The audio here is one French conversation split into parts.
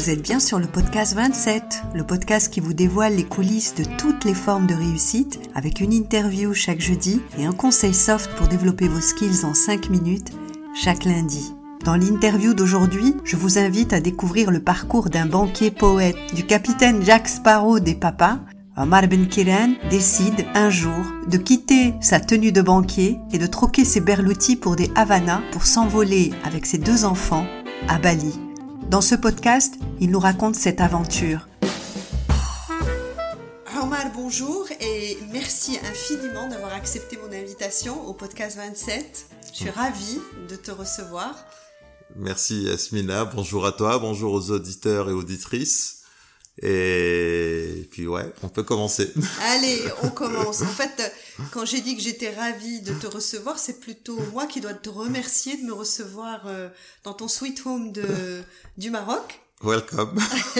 Vous êtes bien sur le podcast 27, le podcast qui vous dévoile les coulisses de toutes les formes de réussite avec une interview chaque jeudi et un conseil soft pour développer vos skills en 5 minutes chaque lundi. Dans l'interview d'aujourd'hui, je vous invite à découvrir le parcours d'un banquier poète, du capitaine Jack Sparrow des papas. Omar Benkiran décide un jour de quitter sa tenue de banquier et de troquer ses berloutis pour des Havana pour s'envoler avec ses 2 enfants à Bali. Dans ce podcast, il nous raconte cette aventure. Omar, bonjour et merci infiniment d'avoir accepté mon invitation au podcast 27. Je suis ravie de te recevoir. Merci Yasmina, bonjour à toi, bonjour aux auditeurs et auditrices. Et puis ouais, on peut commencer. Allez, on commence. En fait, quand j'ai dit que j'étais ravie de te recevoir, c'est plutôt moi qui dois te remercier de me recevoir dans ton sweet home du Maroc. Welcome.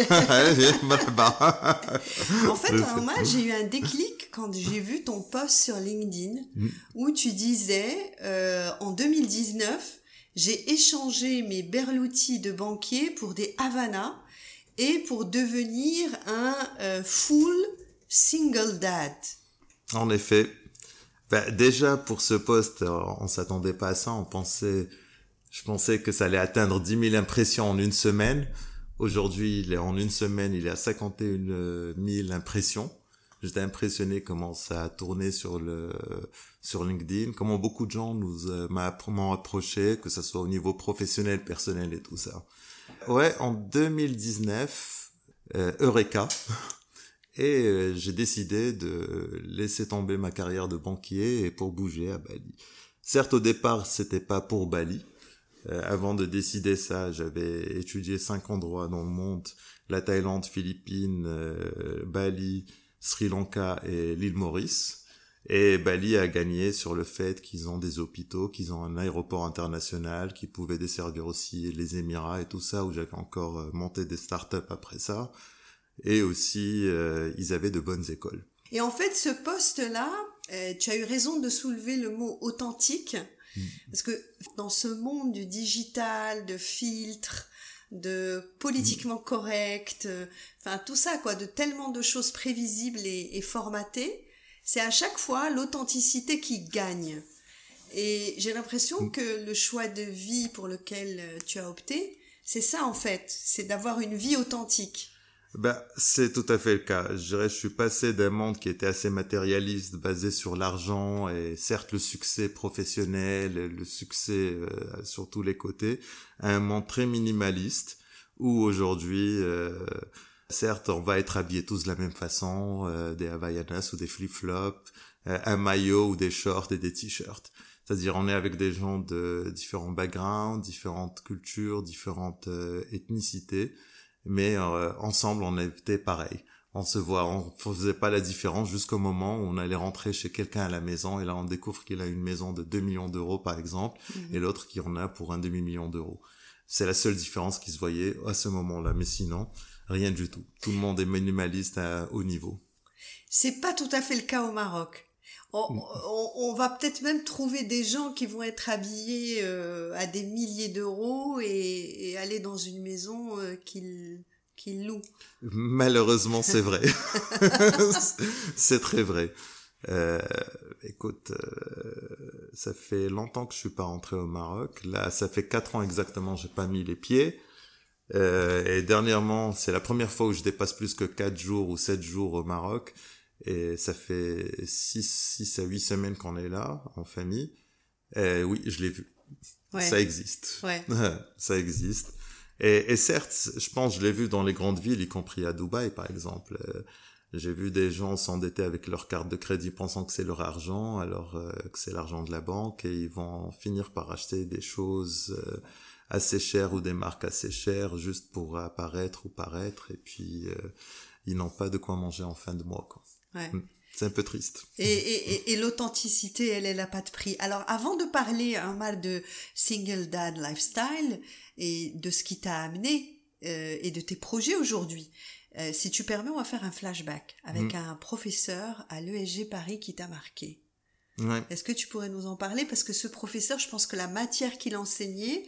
En fait, moi, j'ai eu un déclic quand j'ai vu ton post sur LinkedIn où tu disais en 2019, j'ai échangé mes berloutis de banquier pour des Havana et pour devenir un full single dad. En effet. Déjà, pour ce post, on s'attendait pas à ça. Je pensais que ça allait atteindre 10 000 impressions en une semaine. Aujourd'hui, en une semaine, il est à 51 000 impressions. J'étais impressionné comment ça a tourné sur LinkedIn, comment beaucoup de gens m'ont approché, que ça soit au niveau professionnel, personnel et tout ça. Ouais, en 2019, Eureka, et j'ai décidé de laisser tomber ma carrière de banquier et pour bouger à Bali. Certes, au départ, c'était pas pour Bali. Avant de décider ça, j'avais étudié 5 endroits dans le monde, la Thaïlande, Philippines, Bali, Sri Lanka et l'île Maurice. Et Bali a gagné sur le fait qu'ils ont des hôpitaux, qu'ils ont un aéroport international, qui pouvaient desservir aussi les Émirats et tout ça, où j'avais encore monté des startups après ça. Et aussi, ils avaient de bonnes écoles. Et en fait, ce poste-là, tu as eu raison de soulever le mot authentique, parce que dans ce monde du digital, de filtres, de politiquement correct, enfin tout ça quoi, de tellement de choses prévisibles et formatées, c'est à chaque fois l'authenticité qui gagne. Et j'ai l'impression que le choix de vie pour lequel tu as opté, c'est ça en fait, c'est d'avoir une vie authentique. C'est tout à fait le cas. Je dirais, je suis passé d'un monde qui était assez matérialiste, basé sur l'argent et certes le succès professionnel, le succès sur tous les côtés, à un monde très minimaliste où aujourd'hui, certes, on va être habillés tous de la même façon, des Havaianas ou des flip-flops, un maillot ou des shorts et des t-shirts. C'est-à-dire, on est avec des gens de différents backgrounds, différentes cultures, différentes ethnicités. Mais ensemble, on était pareil. On faisait pas la différence jusqu'au moment où on allait rentrer chez quelqu'un à la maison et là, on découvre qu'il a une maison de 2 millions d'euros, par exemple, et l'autre qui en a pour un demi-million d'euros. C'est la seule différence qui se voyait à ce moment-là. Mais sinon, rien du tout. Tout le monde est minimaliste à haut niveau. C'est pas tout à fait le cas au Maroc. On va peut-être même trouver des gens qui vont être habillés à des milliers d'euros et aller dans une maison qu'ils louent. Malheureusement, c'est vrai. C'est très vrai. Écoute, ça fait longtemps que je suis pas rentré au Maroc. Là, ça fait 4 ans exactement, j'ai pas mis les pieds. Et dernièrement, c'est la première fois où je dépasse plus que 4 jours ou 7 jours au Maroc. Et ça fait 6 à 8 semaines qu'on est là, en famille. Et oui, je l'ai vu. Ouais. Ça existe. Ouais. Ça existe. Et certes, je pense, je l'ai vu dans les grandes villes, y compris à Dubaï, par exemple. J'ai vu des gens s'endetter avec leur carte de crédit pensant que c'est leur argent, alors que c'est l'argent de la banque, et ils vont finir par acheter des choses assez chères ou des marques assez chères juste pour apparaître ou paraître, et puis ils n'ont pas de quoi manger en fin de mois, quoi. Ouais. C'est un peu triste. Et l'authenticité, elle a pas de prix. Alors, avant de parler de single dad lifestyle et de ce qui t'a amené et de tes projets aujourd'hui, si tu permets, on va faire un flashback avec un professeur à l'ESG Paris qui t'a marqué. Ouais. Est-ce que tu pourrais nous en parler? Parce que ce professeur, je pense que la matière qu'il enseignait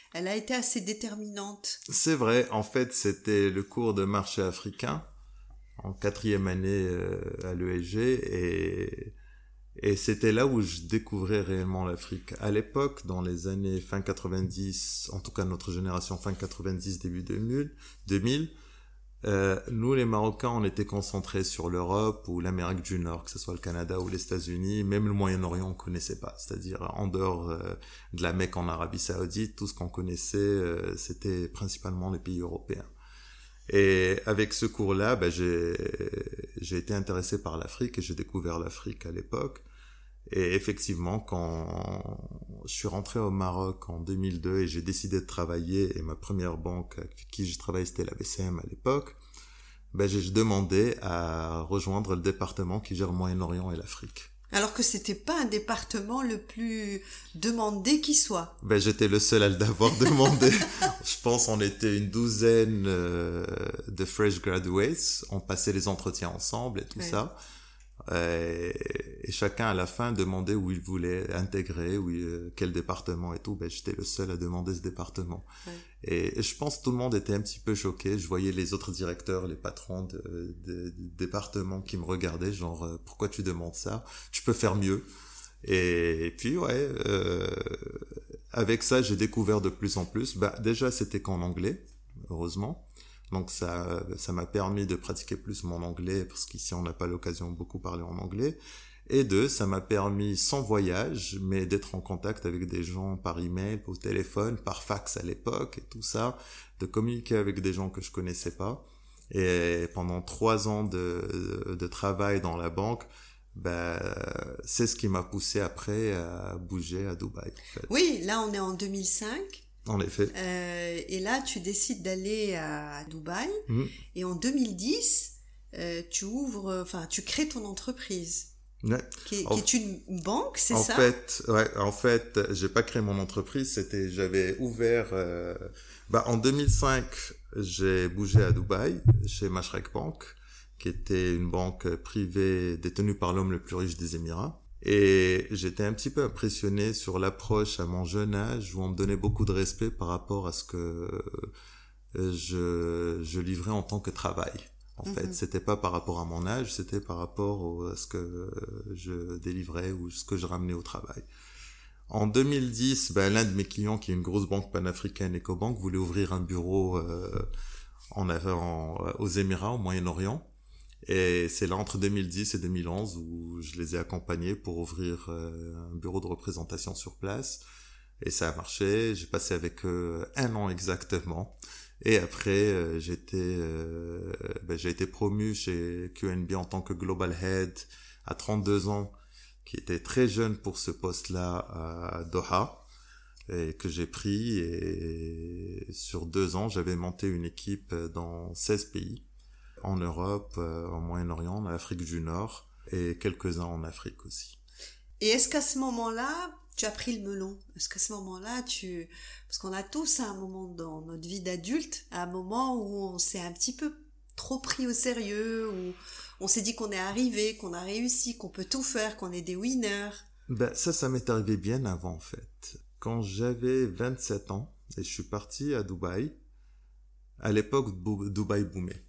elle a été assez déterminante. C'est vrai, en fait, c'était le cours de marché africain en 4e année à l'ESG et c'était là où je découvrais réellement l'Afrique. À l'époque, dans les années fin 90, en tout cas notre génération fin 90, début 2000, nous les Marocains, on était concentrés sur l'Europe ou l'Amérique du Nord, que ce soit le Canada ou les États-Unis, même le Moyen-Orient on connaissait pas. C'est-à-dire en dehors de la Mecque en Arabie Saoudite, tout ce qu'on connaissait, c'était principalement les pays européens. Et avec ce cours-là, j'ai été intéressé par l'Afrique et j'ai découvert l'Afrique à l'époque. Et effectivement, quand je suis rentré au Maroc en 2002 et j'ai décidé de travailler, et ma première banque avec qui je travaillais, c'était la BCM à l'époque, j'ai demandé à rejoindre le département qui gère le Moyen-Orient et l'Afrique. Alors que c'était pas un département le plus demandé qui soit. J'étais le seul à l'avoir demandé. Je pense on était une douzaine de fresh graduates. On passait les entretiens ensemble et tout ça. Et chacun à la fin demandait où il voulait intégrer, quel département et tout. J'étais le seul à demander ce département. Et je pense que tout le monde était un petit peu choqué. Je voyais les autres directeurs, les patrons de départements qui me regardaient, genre pourquoi tu demandes ça? Tu peux faire mieux. Et puis avec ça j'ai découvert de plus en plus. Déjà c'était qu'en anglais, heureusement. Donc ça m'a permis de pratiquer plus mon anglais parce qu'ici on n'a pas l'occasion de beaucoup parler en anglais. Et ça m'a permis sans voyage, mais d'être en contact avec des gens par email, au téléphone, par fax à l'époque et tout ça, de communiquer avec des gens que je connaissais pas. Et pendant 3 ans de travail dans la banque, c'est ce qui m'a poussé après à bouger à Dubaï. En fait. Oui, là on est en 2005. En effet. Et là, tu décides d'aller à Dubaï. Et en 2010, tu crées ton entreprise. Ouais. Qui est une banque, c'est ça? En fait, j'ai pas créé mon entreprise. J'avais ouvert. En 2005, j'ai bougé à Dubaï chez Mashreq Bank, qui était une banque privée détenue par l'homme le plus riche des Émirats. Et j'étais un petit peu impressionné sur l'approche à mon jeune âge où on me donnait beaucoup de respect par rapport à ce que je livrais en tant que travail. En fait, c'était pas par rapport à mon âge, c'était par rapport à ce que je délivrais ou ce que je ramenais au travail. En 2010, l'un de mes clients, qui est une grosse banque panafricaine, Ecobank, voulait ouvrir un bureau aux Émirats, au Moyen-Orient. Et c'est là entre 2010 et 2011 où je les ai accompagnés pour ouvrir un bureau de représentation sur place. Et ça a marché. J'ai passé avec eux 1 an exactement. Et après, j'ai été promu chez QNB en tant que Global Head à 32 ans, qui était très jeune pour ce poste-là à Doha, et que j'ai pris. Et sur 2 ans, j'avais monté une équipe dans 16 pays. En Europe, au Moyen-Orient, en Afrique du Nord et quelques-uns en Afrique aussi. Et est-ce qu'à ce moment-là, tu as pris le melon? Est-ce qu'à ce moment-là, parce qu'on a tous à un moment dans notre vie d'adulte, à un moment où on s'est un petit peu trop pris au sérieux, où on s'est dit qu'on est arrivé, qu'on a réussi, qu'on peut tout faire, qu'on est des winners. Ça m'est arrivé bien avant en fait. Quand j'avais 27 ans et je suis parti à Dubaï, à l'époque Dubaï boomait.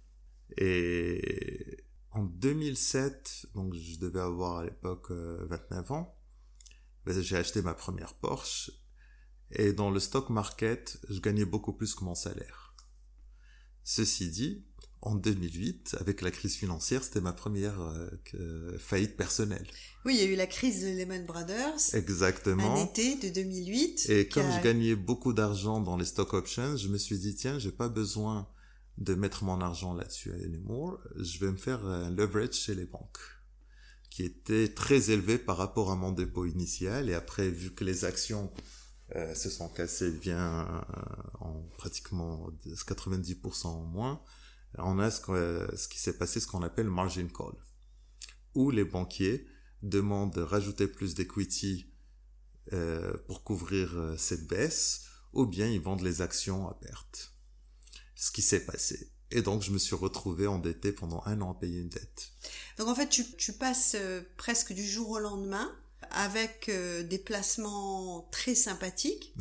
Et en 2007, donc je devais avoir à l'époque 29 ans, j'ai acheté ma première Porsche et dans le stock market, je gagnais beaucoup plus que mon salaire. Ceci dit, en 2008, avec la crise financière, c'était ma première faillite personnelle. Oui, il y a eu la crise de Lehman Brothers. Exactement. Un été de 2008. Et comme je gagnais beaucoup d'argent dans les stock options, je me suis dit, tiens, j'ai pas besoin de mettre mon argent là-dessus anymore, je vais me faire un leverage chez les banques, qui était très élevé par rapport à mon dépôt initial. Et après, vu que les actions se sont cassées bien en pratiquement 90% en moins, on a ce qui s'est passé, ce qu'on appelle margin call, où les banquiers demandent de rajouter plus d'equity pour couvrir cette baisse, ou bien ils vendent les actions à perte. Ce qui s'est passé. Et donc, je me suis retrouvé endetté pendant 1 an à payer une dette. Donc, en fait, tu passes presque du jour au lendemain avec des placements très sympathiques. Ouais.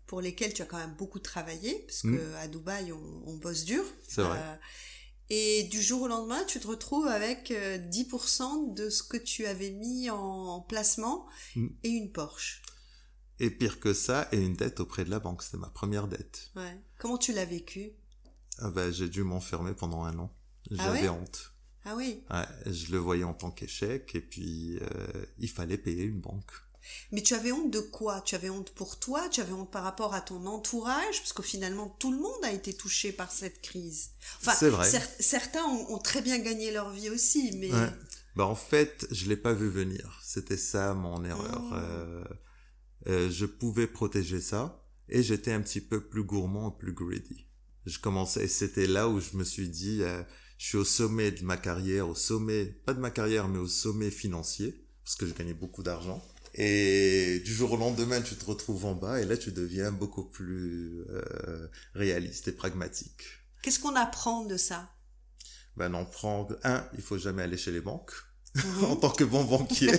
pour lesquels tu as quand même beaucoup travaillé, parce que à Dubaï, on bosse dur. C'est vrai. Et du jour au lendemain, tu te retrouves avec 10% de ce que tu avais mis en placement et une Porsche. Et pire que ça, et une dette auprès de la banque. C'était ma première dette. Ouais. Comment tu l'as vécu? J'ai dû m'enfermer pendant 1 an. J'avais honte. Ah oui. Ouais, je le voyais en tant qu'échec, et puis il fallait payer une banque. Mais tu avais honte de quoi? Tu avais honte pour toi? Tu avais honte par rapport à ton entourage? Parce que finalement, tout le monde a été touché par cette crise. Enfin, c'est vrai. Certains ont très bien gagné leur vie aussi, mais... Ouais. En fait, je l'ai pas vu venir. C'était ça mon erreur. Je pouvais protéger ça, et j'étais un petit peu plus gourmand, plus greedy. Je commençais, et c'était là où je me suis dit, je suis au sommet de ma carrière, au sommet, pas de ma carrière, mais au sommet financier, parce que je gagnais beaucoup d'argent. Et du jour au lendemain, tu te retrouves en bas, et là, tu deviens beaucoup plus réaliste et pragmatique. Qu'est-ce qu'on apprend de ça? On apprend, il faut jamais aller chez les banques, en tant que bon banquier.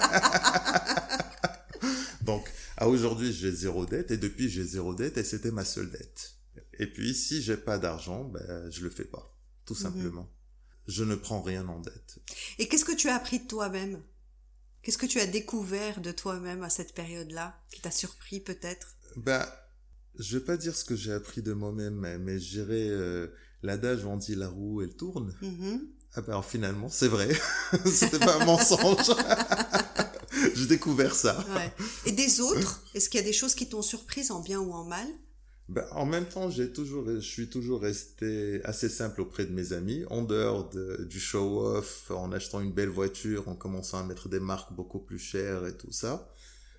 Donc, à aujourd'hui, j'ai 0 dette, et depuis, j'ai 0 dette, et c'était ma seule dette. Et puis, si j'ai pas d'argent, je le fais pas, tout simplement. Je ne prends rien en dette. Et qu'est-ce que tu as appris de toi-même? Qu'est-ce que tu as découvert de toi-même à cette période-là, qui t'a surpris peut-être? Je vais pas dire ce que j'ai appris de moi-même, mais je dirais, l'adage où on dit la roue, elle tourne. Alors finalement, c'est vrai. C'était pas un mensonge. J'ai découvert ça. Ouais. Et des autres? Est-ce qu'il y a des choses qui t'ont surprise en bien ou en mal? En même temps, je suis toujours resté assez simple auprès de mes amis, en dehors du show-off, en achetant une belle voiture, en commençant à mettre des marques beaucoup plus chères et tout ça.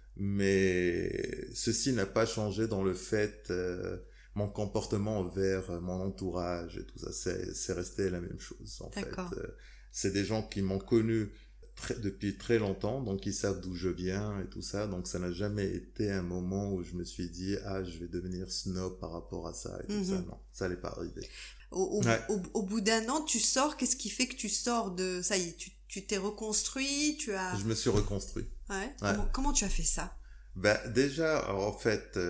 Mais ceci n'a pas changé dans le fait, mon comportement envers mon entourage et tout ça, c'est resté la même chose, en fait. C'est des gens qui m'ont connu depuis très longtemps, donc ils savent d'où je viens et tout ça, donc ça n'a jamais été un moment où je me suis dit je vais devenir snob par rapport à ça et tout ça. Non, ça n'est pas arrivé. Au bout d'1 an, tu sors. Qu'est-ce qui fait que tu sors de ça? Y est, tu t'es reconstruit, Je me suis reconstruit. Ouais. Comment tu as fait ça? Déjà, en fait,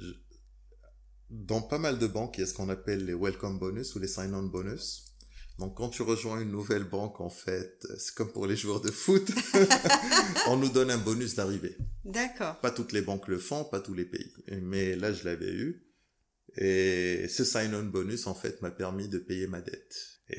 dans pas mal de banques, il y a ce qu'on appelle les welcome bonus ou les sign-on bonus. Donc, quand tu rejoins une nouvelle banque, en fait, c'est comme pour les joueurs de foot. On nous donne un bonus d'arrivée. D'accord. Pas toutes les banques le font, pas tous les pays. Mais là, je l'avais eu. Et ce sign-on bonus, en fait, m'a permis de payer ma dette.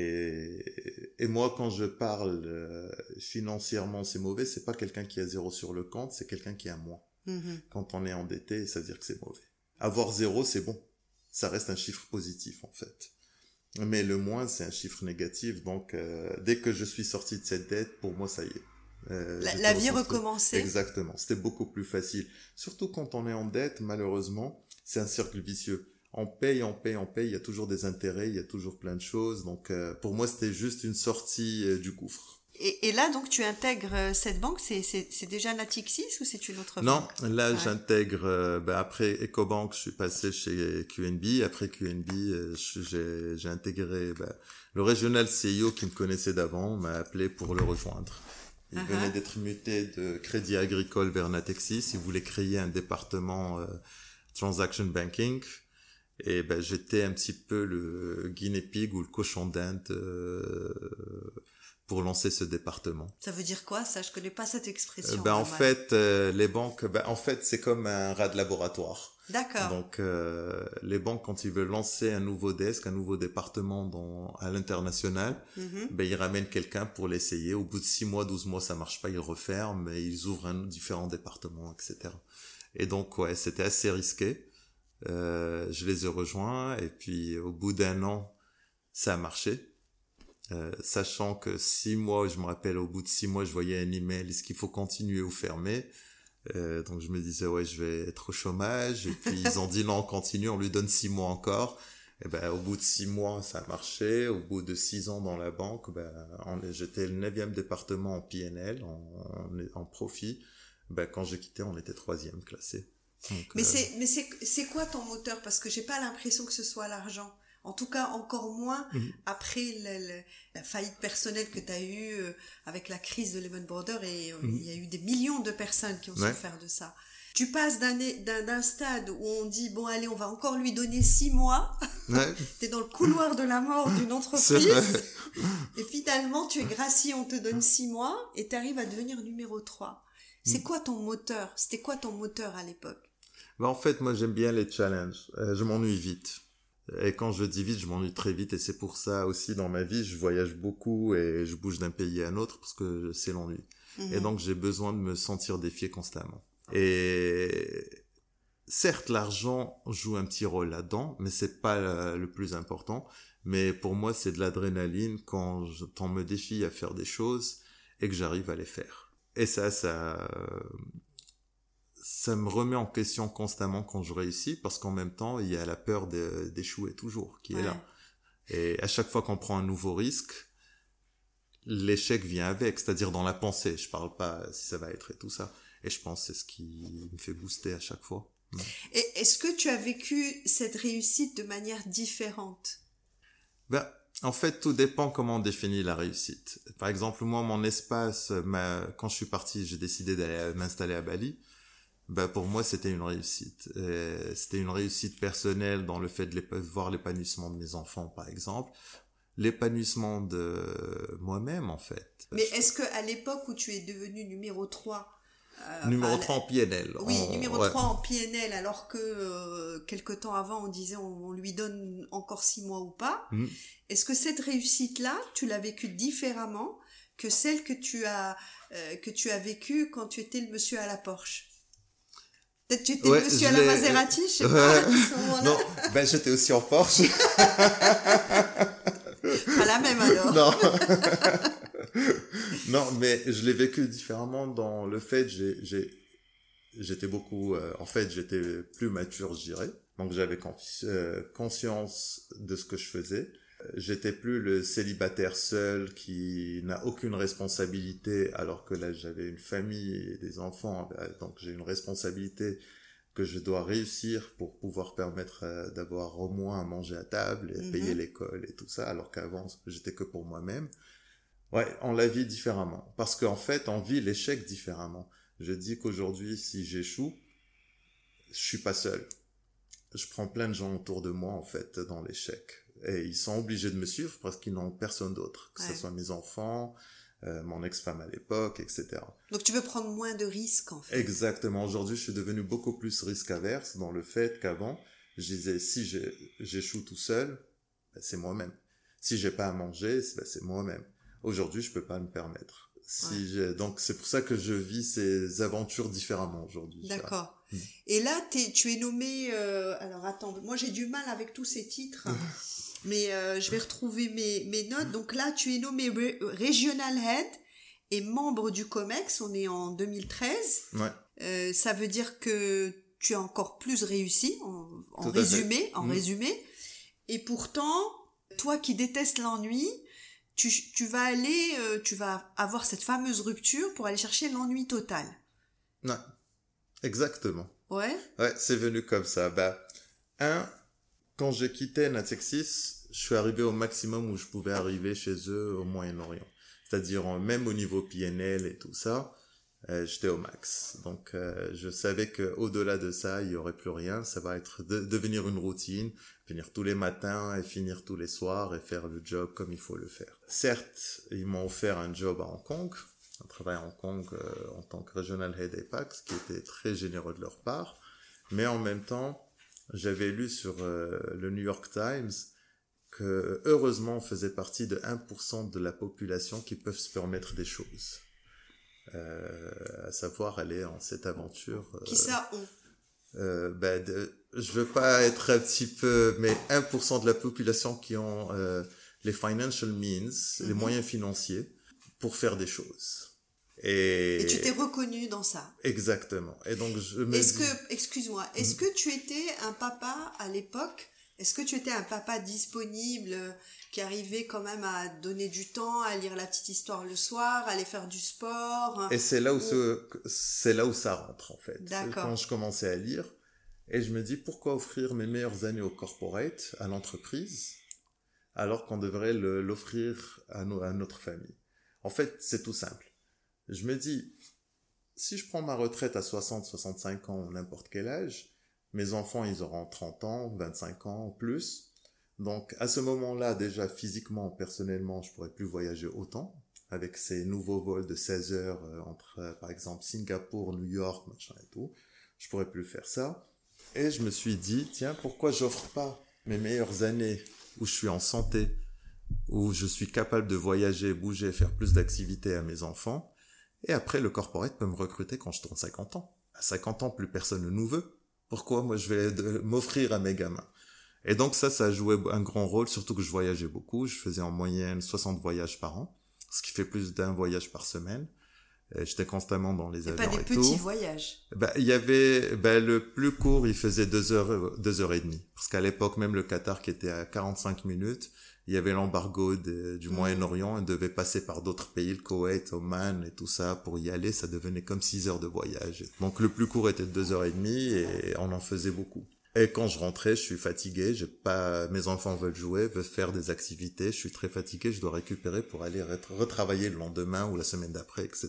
Et moi, quand je parle financièrement, c'est mauvais, c'est pas quelqu'un qui a 0 sur le compte, c'est quelqu'un qui a moins. Quand on est endetté, ça veut dire que c'est mauvais. Avoir 0, c'est bon. Ça reste un chiffre positif, en fait. Mais le moins, c'est un chiffre négatif. Donc, dès que je suis sorti de cette dette, pour moi, ça y est. La vie recommençait. Exactement. C'était beaucoup plus facile. Surtout quand on est en dette, malheureusement, c'est un cercle vicieux. On paye. Il y a toujours des intérêts, il y a toujours plein de choses. Donc, pour moi, c'était juste une sortie du gouffre. Et là, donc, tu intègres cette banque, c'est déjà Natixis ou c'est une autre banque? Non, là, j'intègre, après EcoBank, je suis passé chez QNB. Après QNB, j'ai intégré, le regional CEO qui me connaissait d'avant m'a appelé pour le rejoindre. Il venait d'être muté de Crédit Agricole vers Natixis. Il voulait créer un département Transaction Banking. Et j'étais un petit peu le guinea pig ou le cochon d'Inde pour lancer ce département. Ça veut dire quoi, ça? Je connais pas cette expression. En fait, les banques, en fait, c'est comme un rat de laboratoire. D'accord. Donc, les banques, quand ils veulent lancer un nouveau desk, un nouveau département à l'international, ils ramènent quelqu'un pour l'essayer. Au bout de 6 mois, 12 mois, ça marche pas, ils referment, et ils ouvrent un différent département, etc. Et donc, ouais, c'était assez risqué. Je les ai rejoints, et puis au bout d'1 an, ça a marché. Sachant que 6 mois, je me rappelle, au bout de 6 mois, je voyais un email, est-ce qu'il faut continuer ou fermer? Donc je me disais, ouais, je vais être au chômage. Et puis ils ont dit, non, on continue, on lui donne 6 mois encore. Et au bout de 6 mois, ça a marché. Au bout de 6 ans dans la banque, j'étais le 9e département en PNL, en profit. Quand j'ai quitté, on était 3e classé. Donc, mais c'est quoi ton moteur? Parce que j'ai pas l'impression que ce soit l'argent. En tout cas, encore moins après la faillite personnelle que tu as eue avec la crise de Lehman Brothers, et il y a eu des millions de personnes qui ont souffert de ça. Tu passes d'un stade où on dit, bon, allez, on va encore lui donner 6 mois. Ouais. T'es dans le couloir de la mort d'une entreprise. Et finalement, tu es gracié, on te donne 6 mois et t'arrives à devenir numéro 3. C'est quoi ton moteur? C'était quoi ton moteur à l'époque? Ben, en fait, moi, j'aime bien les challenges. Je m'ennuie vite. Et quand je dis vite, je m'ennuie très vite. Et c'est pour ça aussi, dans ma vie, je voyage beaucoup et je bouge d'un pays à un autre parce que c'est l'ennui. Et donc, j'ai besoin de me sentir défié constamment. Et certes, l'argent joue un petit rôle là-dedans, mais c'est pas le plus important. Mais pour moi, c'est de l'adrénaline quand on me défie à faire des choses et que j'arrive à les faire. Et ça me remet en question constamment quand je réussis, parce qu'en même temps, il y a la peur d'échouer toujours, qui est là. Et à chaque fois qu'on prend un nouveau risque, l'échec vient avec, c'est-à-dire dans la pensée. Je parle pas si ça va être et tout ça. Et je pense que c'est ce qui me fait booster à chaque fois. Et est-ce que tu as vécu cette réussite de manière différente? Ben, en fait, tout dépend comment on définit la réussite. Par exemple, moi, mon espace, quand je suis parti, j'ai décidé d'aller m'installer à Bali. Ben, pour moi, c'était une réussite. C'était une réussite personnelle dans le fait de voir l'épanouissement de mes enfants, par exemple. L'épanouissement de moi-même, en fait. Mais est-ce que à l'époque où tu es devenu numéro 3, numéro 3 en PNL. Oui, numéro 3 en PNL, alors que quelque temps avant, on disait on lui donne encore 6 mois ou pas. Est-ce que cette réussite-là, tu l'as vécue différemment que celle que tu as vécue quand tu étais le monsieur à la Porsche? Peut-être tu étais le monsieur à la Maserati, je sais pas, à ce moment-là. Non, ben j'étais aussi en Porsche. Pas la même alors. Non. Non, mais je l'ai vécu différemment dans le fait, j'étais beaucoup, en fait, j'étais plus mature, je dirais. Donc j'avais conscience de ce que je faisais. J'étais plus le célibataire seul qui n'a aucune responsabilité, alors que là j'avais une famille et des enfants, donc j'ai une responsabilité que je dois réussir pour pouvoir permettre d'avoir au moins à manger à table et payer l'école et tout ça, alors qu'avant j'étais que pour moi-même. Ouais, on la vit différemment. Parce qu'en fait, on vit l'échec différemment. Je dis qu'aujourd'hui, si j'échoue, je suis pas seul. Je prends plein de gens autour de moi, en fait, dans l'échec. Et ils sont obligés de me suivre parce qu'ils n'ont personne d'autre. Que ce soit mes enfants, mon ex-femme à l'époque, etc. Donc tu veux prendre moins de risques, en fait. Exactement. Aujourd'hui, je suis devenu beaucoup plus risque-averse dans le fait qu'avant, je disais, si j'échoue tout seul, ben, c'est moi-même. Si j'ai pas à manger, ben, c'est moi-même. Aujourd'hui, je peux pas me permettre. Donc, c'est pour ça que je vis ces aventures différemment aujourd'hui. D'accord. Et là, tu es nommé... alors, attends, moi j'ai du mal avec tous ces titres, mais je vais retrouver mes notes. Donc là, tu es nommé Regional Head et membre du COMEX. On est en 2013. Ouais. Ça veut dire que tu as encore plus réussi, en résumé. Et pourtant, toi qui détestes l'ennui... Tu vas avoir cette fameuse rupture pour aller chercher l'ennui total. Ouais, exactement. Ouais, c'est venu comme ça. Quand j'ai quitté Natixis, je suis arrivé au maximum où je pouvais arriver chez eux au Moyen-Orient. C'est-à-dire, même au niveau PNL et tout ça, j'étais au max. Donc, je savais qu'au-delà de ça, il y aurait plus rien. Ça va être devenir une routine, venir tous les matins et finir tous les soirs et faire le job comme il faut le faire. Certes, ils m'ont offert un job à Hong Kong, un travail à Hong Kong en tant que Regional Head APAC, ce qui était très généreux de leur part. Mais en même temps, j'avais lu sur le New York Times que heureusement on faisait partie de 1% de la population qui peuvent se permettre des choses. À savoir aller en cette aventure. Qui ça on je veux pas être un petit peu, mais 1% de la population qui ont les financial means, les moyens financiers pour faire des choses. Et tu t'es reconnu dans ça. Exactement. Et donc excuse-moi, est-ce que tu étais un papa à l'époque? Est-ce que tu étais un papa disponible qui arrivait quand même à donner du temps, à lire la petite histoire le soir, à aller faire du sport? Et c'est là où ça rentre, en fait. D'accord. Quand je commençais à lire, et je me dis, pourquoi offrir mes meilleures années au corporate, à l'entreprise, alors qu'on devrait l'offrir à notre famille? En fait, c'est tout simple. Je me dis, si je prends ma retraite à 60, 65 ans, n'importe quel âge, mes enfants, ils auront 30 ans, 25 ans, plus. Donc, à ce moment-là, déjà, physiquement, personnellement, je pourrais plus voyager autant, avec ces nouveaux vols de 16 heures entre, par exemple, Singapour, New York, machin et tout. Je pourrais plus faire ça. Et je me suis dit, tiens, pourquoi j'offre pas mes meilleures années où je suis en santé, où je suis capable de voyager, bouger, faire plus d'activités à mes enfants. Et après, le corporate peut me recruter quand je tourne 50 ans. À 50 ans, plus personne ne nous veut. Pourquoi moi je vais m'offrir à mes gamins? Et donc ça a joué un grand rôle, surtout que je voyageais beaucoup. Je faisais en moyenne 60 voyages par an, ce qui fait plus d'un voyage par semaine. Et j'étais constamment dans les avions et tout. Pas des petits voyages. Il y avait, le plus court, il faisait 2h30. Parce qu'à l'époque, même le Qatar qui était à 45 minutes, il y avait l'embargo du Moyen-Orient, on devait passer par d'autres pays, le Koweït, Oman et tout ça, pour y aller, ça devenait comme 6 heures de voyage. Donc le plus court était de 2h30 et on en faisait beaucoup. Et quand je rentrais, je suis fatigué, mes enfants veulent jouer, veulent faire des activités, je suis très fatigué, je dois récupérer pour aller retravailler le lendemain ou la semaine d'après, etc.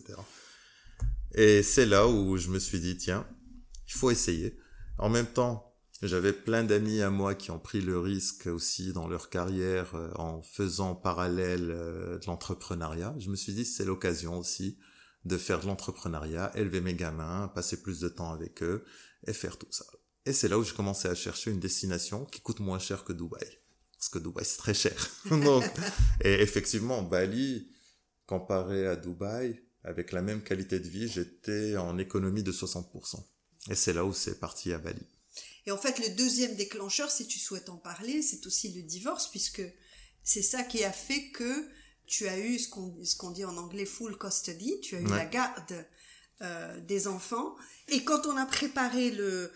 Et c'est là où je me suis dit, tiens, il faut essayer. En même temps, j'avais plein d'amis à moi qui ont pris le risque aussi dans leur carrière en faisant parallèle de l'entrepreneuriat. Je me suis dit, c'est l'occasion aussi de faire de l'entrepreneuriat, élever mes gamins, passer plus de temps avec eux et faire tout ça. Et c'est là où j'ai commencé à chercher une destination qui coûte moins cher que Dubaï. Parce que Dubaï, c'est très cher. Donc, et effectivement, Bali, comparé à Dubaï, avec la même qualité de vie, j'étais en économie de 60%. Et c'est là où c'est parti à Bali. Et en fait, le deuxième déclencheur, si tu souhaites en parler, c'est aussi le divorce, puisque c'est ça qui a fait que tu as eu ce qu'on dit en anglais full custody, tu as eu la garde des enfants. Et quand on a préparé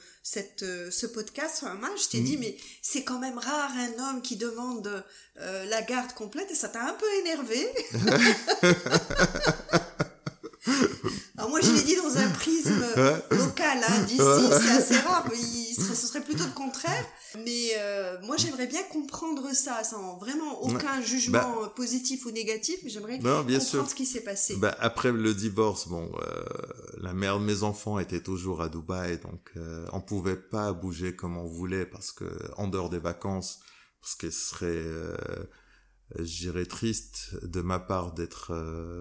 ce podcast sur un match, je t'ai dit, mais c'est quand même rare un homme qui demande la garde complète, et ça t'a un peu énervé. Alors moi je l'ai dit dans un prisme local, d'ici c'est assez rare, mais ce serait plutôt le contraire. Mais moi j'aimerais bien comprendre ça, sans vraiment aucun jugement positif ou négatif, mais j'aimerais comprendre ce qui s'est passé. Après le divorce, la mère de mes enfants était toujours à Dubaï, donc on pouvait pas bouger comme on voulait, parce que en dehors des vacances, parce que ce serait je dirais triste de ma part d'être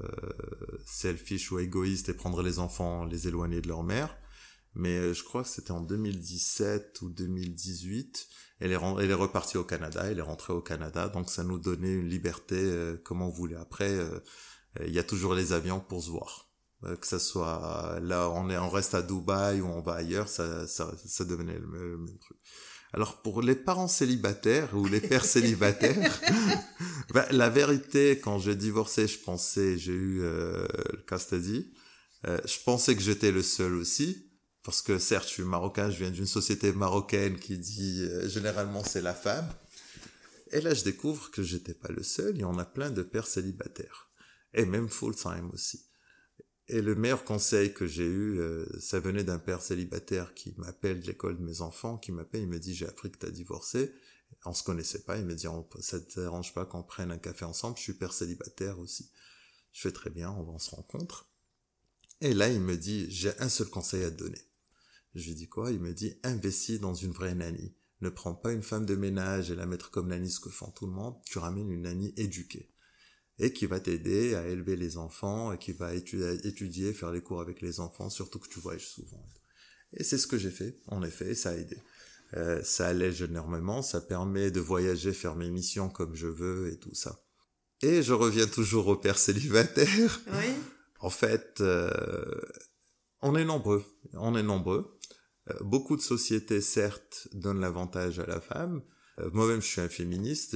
selfish ou égoïste et prendre les enfants, les éloigner de leur mère. Mais je crois que c'était en 2017 ou 2018. Elle est repartie au Canada, elle est rentrée au Canada. Donc ça nous donnait une liberté comme on voulait. Après, il y a toujours les avions pour se voir. Que ça soit là, on reste à Dubaï ou on va ailleurs, ça devenait le même truc. Alors pour les parents célibataires ou les pères célibataires, la vérité, quand j'ai divorcé, j'ai eu le custody, je pensais que j'étais le seul aussi, parce que certes je suis marocain, je viens d'une société marocaine qui dit généralement c'est la femme, et là je découvre que j'étais pas le seul, il y en a plein de pères célibataires, et même full time aussi. Et le meilleur conseil que j'ai eu, ça venait d'un père célibataire qui m'appelle de l'école de mes enfants, il me dit, j'ai appris que t'as divorcé. On se connaissait pas, il me dit, ça te dérange pas qu'on prenne un café ensemble, je suis père célibataire aussi. Je fais très bien, on se rencontre. Et là, il me dit, j'ai un seul conseil à te donner. Je lui dis quoi? Il me dit, investis dans une vraie nanny. Ne prends pas une femme de ménage et la mettre comme nanny, ce que font tout le monde, tu ramènes une nanny éduquée. Et qui va t'aider à élever les enfants, et qui va étudier, faire les cours avec les enfants, surtout que tu voyages souvent. Et c'est ce que j'ai fait, en effet, ça a aidé. Ça allège énormément, ça permet de voyager, faire mes missions comme je veux et tout ça. Et je reviens toujours au père célibataire. Oui. En fait, on est nombreux. Beaucoup de sociétés, certes, donnent l'avantage à la femme. Moi-même, je suis un féministe,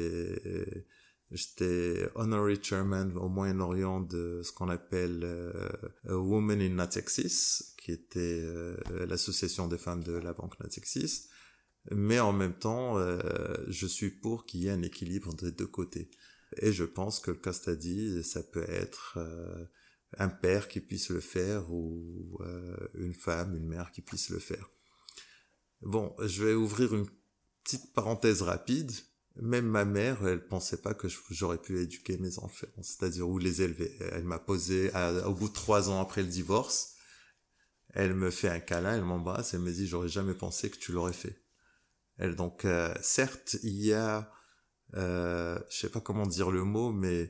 J'étais honorary chairman au Moyen-Orient de ce qu'on appelle Women in Natixis, qui était l'association des femmes de la banque Natixis. Mais en même temps, je suis pour qu'il y ait un équilibre des deux côtés. Et je pense que le custody, ça peut être un père qui puisse le faire ou une femme, une mère qui puisse le faire. Bon, je vais ouvrir une petite parenthèse rapide. Même ma mère, elle pensait pas que j'aurais pu éduquer mes enfants, c'est-à-dire ou les élever. Elle m'a posé, au bout de 3 ans après le divorce, Elle me fait un câlin, elle m'embrasse, elle me dit, j'aurais jamais pensé que tu l'aurais fait. Donc, certes, il y a, je sais pas comment dire le mot, mais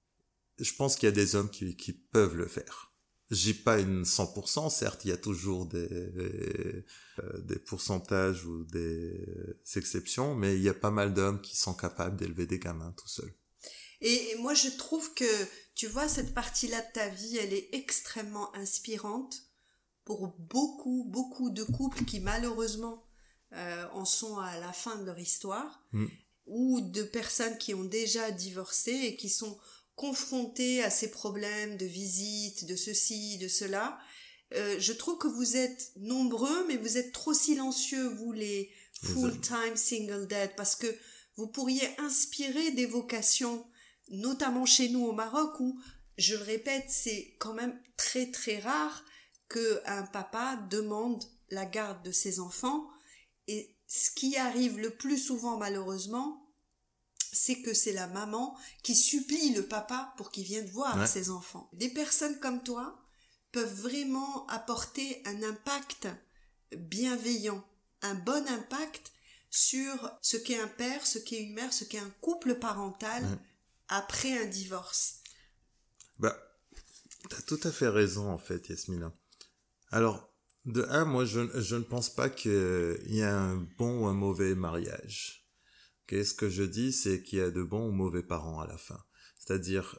je pense qu'il y a des hommes qui peuvent le faire. J'ai pas une 100%, certes, il y a toujours des pourcentages ou des exceptions, mais il y a pas mal d'hommes qui sont capables d'élever des gamins tout seuls. Et moi, je trouve que, tu vois, cette partie-là de ta vie, elle est extrêmement inspirante pour beaucoup, beaucoup de couples qui, malheureusement, en sont à la fin de leur histoire, ou de personnes qui ont déjà divorcé et qui sont confrontés à ces problèmes de visite, de ceci, de cela. Je trouve que vous êtes nombreux, mais vous êtes trop silencieux, vous les full-time single dad, parce que vous pourriez inspirer des vocations, notamment chez nous au Maroc, où, je le répète, c'est quand même très très rare qu'un papa demande la garde de ses enfants. Et ce qui arrive le plus souvent, malheureusement, c'est que c'est la maman qui supplie le papa pour qu'il vienne voir ses enfants. Des personnes comme toi peuvent vraiment apporter un impact bienveillant, un bon impact sur ce qu'est un père, ce qu'est une mère, ce qu'est un couple parental après un divorce. Bah, t'as tout à fait raison en fait, Yasmina. Alors, de un, moi je ne pense pas qu'il y a un bon ou un mauvais mariage. Ce que je dis, c'est qu'il y a de bons ou mauvais parents à la fin. C'est-à-dire,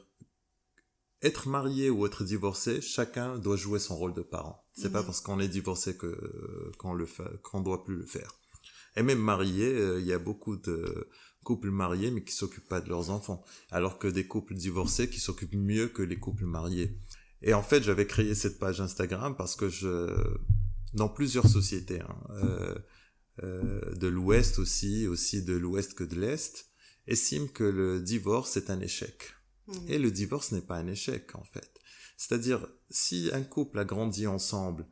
être marié ou être divorcé, chacun doit jouer son rôle de parent. C'est pas parce qu'on est divorcé qu'on doit plus le faire. Et même marié, il y a beaucoup de couples mariés mais qui s'occupent pas de leurs enfants, alors que des couples divorcés qui s'occupent mieux que les couples mariés. Et en fait, j'avais créé cette page Instagram parce que dans plusieurs sociétés, de l'Ouest aussi de l'Ouest que de l'Est, estiment que le divorce est un échec. Et le divorce n'est pas un échec, en fait. C'est-à-dire, si un couple a grandi ensemble,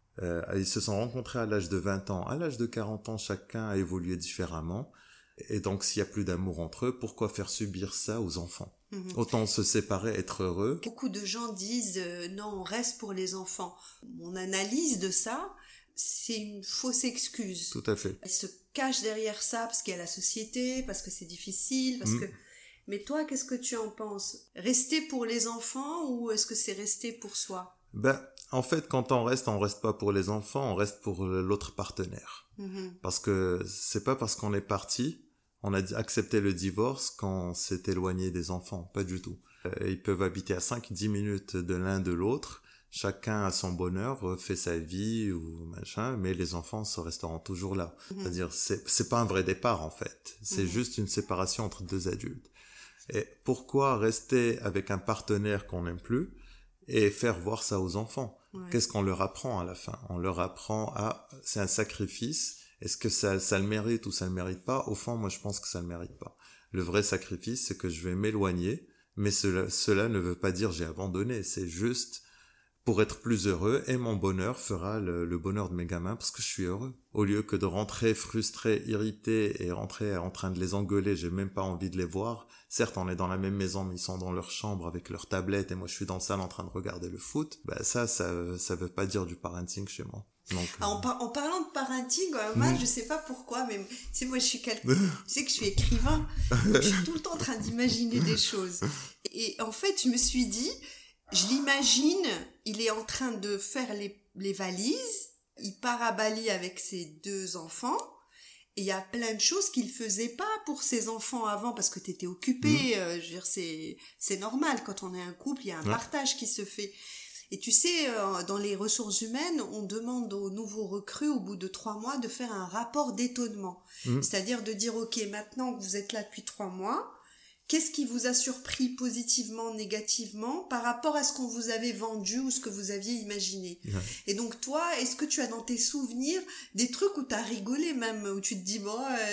ils se sont rencontrés à l'âge de 20 ans, à l'âge de 40 ans, chacun a évolué différemment, et donc s'il y a plus d'amour entre eux, pourquoi faire subir ça aux enfants ? Autant se séparer, être heureux. Beaucoup de gens disent non, on reste pour les enfants. Mon analyse de ça, c'est une fausse excuse. Tout à fait. Ils se cachent derrière ça parce qu'il y a la société, parce que c'est difficile, parce que... Mais toi, qu'est-ce que tu en penses ? Rester pour les enfants ou est-ce que c'est rester pour soi ? En fait, quand on reste pas pour les enfants, on reste pour l'autre partenaire. Parce que c'est pas parce qu'on est parti, on a accepté le divorce qu'on s'est éloigné des enfants. Pas du tout. Ils peuvent habiter à 5-10 minutes de l'un de l'autre. Chacun a son bonheur, fait sa vie ou machin, mais les enfants resteront toujours là. C'est-à-dire, c'est pas un vrai départ, en fait. C'est juste une séparation entre deux adultes. Et pourquoi rester avec un partenaire qu'on n'aime plus et faire voir ça aux enfants ? Qu'est-ce qu'on leur apprend à la fin ? On leur apprend c'est un sacrifice. Est-ce que ça le mérite ou ça le mérite pas ? Au fond, moi, je pense que ça le mérite pas. Le vrai sacrifice, c'est que je vais m'éloigner, mais cela ne veut pas dire j'ai abandonné. C'est juste pour être plus heureux, et mon bonheur fera le bonheur de mes gamins parce que je suis heureux. Au lieu que de rentrer frustré, irrité et rentrer en train de les engueuler, j'ai même pas envie de les voir. Certes, on est dans la même maison, mais ils sont dans leur chambre avec leur tablette et moi je suis dans la salle en train de regarder le foot. Ça veut pas dire du parenting chez moi. Donc, en parlant de parenting, moi je sais pas pourquoi, mais tu sais, moi je sais que je suis écrivain, je suis tout le temps en train d'imaginer des choses. Et en fait, je me suis dit, je l'imagine, il est en train de faire les valises, il part à Bali avec ses 2 enfants, et il y a plein de choses qu'il faisait pas pour ses enfants avant, parce que t'étais occupé, je veux dire, c'est normal, quand on est un couple, il y a un partage qui se fait. Et tu sais, dans les ressources humaines, on demande aux nouveaux recrues, au bout de 3 mois, de faire un rapport d'étonnement. C'est-à-dire de dire, ok, maintenant que vous êtes là depuis 3 mois, qu'est-ce qui vous a surpris positivement, négativement, par rapport à ce qu'on vous avait vendu ou ce que vous aviez imaginé ? Et donc toi, est-ce que tu as dans tes souvenirs des trucs où t'as rigolé même, où tu te dis,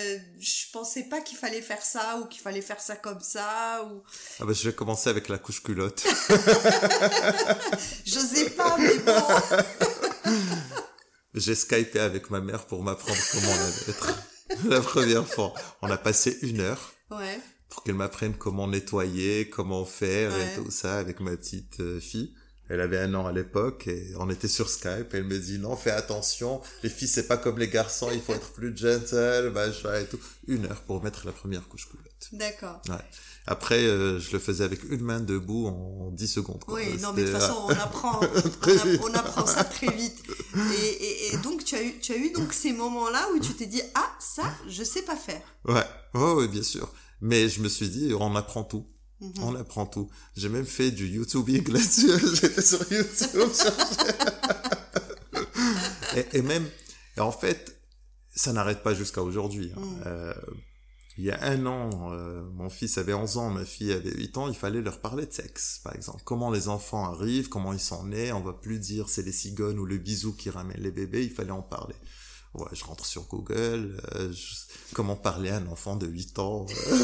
je pensais pas qu'il fallait faire ça, ou qu'il fallait faire ça comme ça, ou... je vais commencer avec la couche culotte. J'osais pas, mais bon. J'ai skypé avec ma mère pour m'apprendre comment la mettre. La première fois, on a passé 1 heure. Ouais. Pour qu'elle m'apprenne comment nettoyer, comment faire et tout ça avec ma petite fille. Elle avait 1 an à l'époque et on était sur Skype et elle me dit non, fais attention, les filles c'est pas comme les garçons, il faut être plus gentle, machin et tout. 1 heure pour mettre la première couche culotte. D'accord. Ouais. Après, je le faisais avec une main debout en 10 secondes. Quoi. Oui, non, mais de toute façon, on apprend ça très vite. Et donc, tu as eu donc ces moments-là où tu t'es dit, ah, ça, je sais pas faire. Ouais, bien sûr. Mais je me suis dit, on apprend tout. Mm-hmm. On apprend tout. J'ai même fait du YouTubing là-dessus. J'étais sur YouTube. et en fait, ça n'arrête pas jusqu'à aujourd'hui. Hein. Il y a 1 an, mon fils avait 11 ans, ma fille avait 8 ans, il fallait leur parler de sexe, par exemple. Comment les enfants arrivent, comment ils sont nés, on va plus dire c'est les cigognes ou le bisou qui ramène les bébés, il fallait en parler. Ouais, je rentre sur Google, comment parler à un enfant de 8 ans.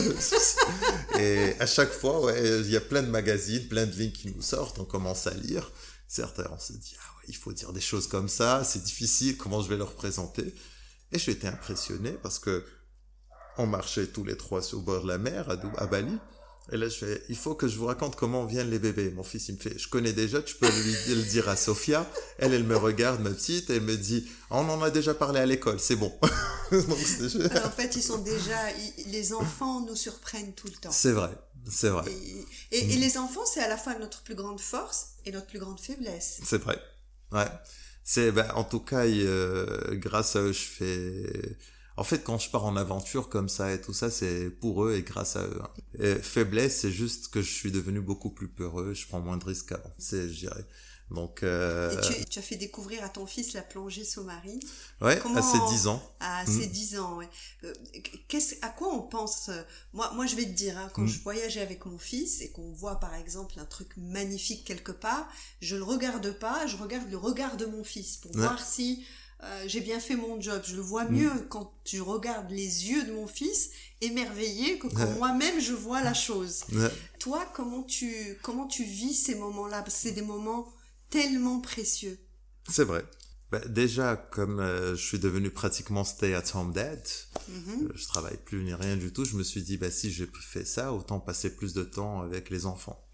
Et à chaque fois, il y a plein de magazines, plein de lignes qui nous sortent, on commence à lire. Certains, on se dit, ah ouais, il faut dire des choses comme ça, c'est difficile, comment je vais leur présenter? Et j'ai été impressionné parce que on marchait tous les 3 au bord de la mer, à Bali. Et là, je fais, il faut que je vous raconte comment viennent les bébés. Mon fils, il me fait, je connais déjà, tu peux le dire à Sophia. Elle me regarde, ma petite, et elle me dit, on en a déjà parlé à l'école, c'est bon. Donc, alors, en fait, les enfants nous surprennent tout le temps. C'est vrai. Et les enfants, c'est à la fois notre plus grande force et notre plus grande faiblesse. C'est vrai. Ouais. En tout cas, grâce à eux, je fais... En fait, quand je pars en aventure comme ça et tout ça, c'est pour eux et grâce à eux. Hein. Et faiblesse, c'est juste que je suis devenu beaucoup plus peureux, je prends moins de risques qu'avant, je dirais. Donc, Et tu as fait découvrir à ton fils la plongée sous-marine. Ouais, à ses 10 ans. À ses 10 ans, ouais. À quoi on pense? Moi, je vais te dire, hein, quand je voyageais avec mon fils et qu'on voit, par exemple, un truc magnifique quelque part, je le regarde pas, je regarde le regard de mon fils pour voir si j'ai bien fait mon job. Je le vois mieux quand tu regardes les yeux de mon fils émerveillé que quand moi-même je vois la chose. Toi, comment tu vis ces moments-là? Parce que c'est des moments tellement précieux. C'est vrai. Déjà, comme je suis devenu pratiquement stay-at-home dad, je travaille plus ni rien du tout, je me suis dit, si j'ai fait ça, autant passer plus de temps avec les enfants.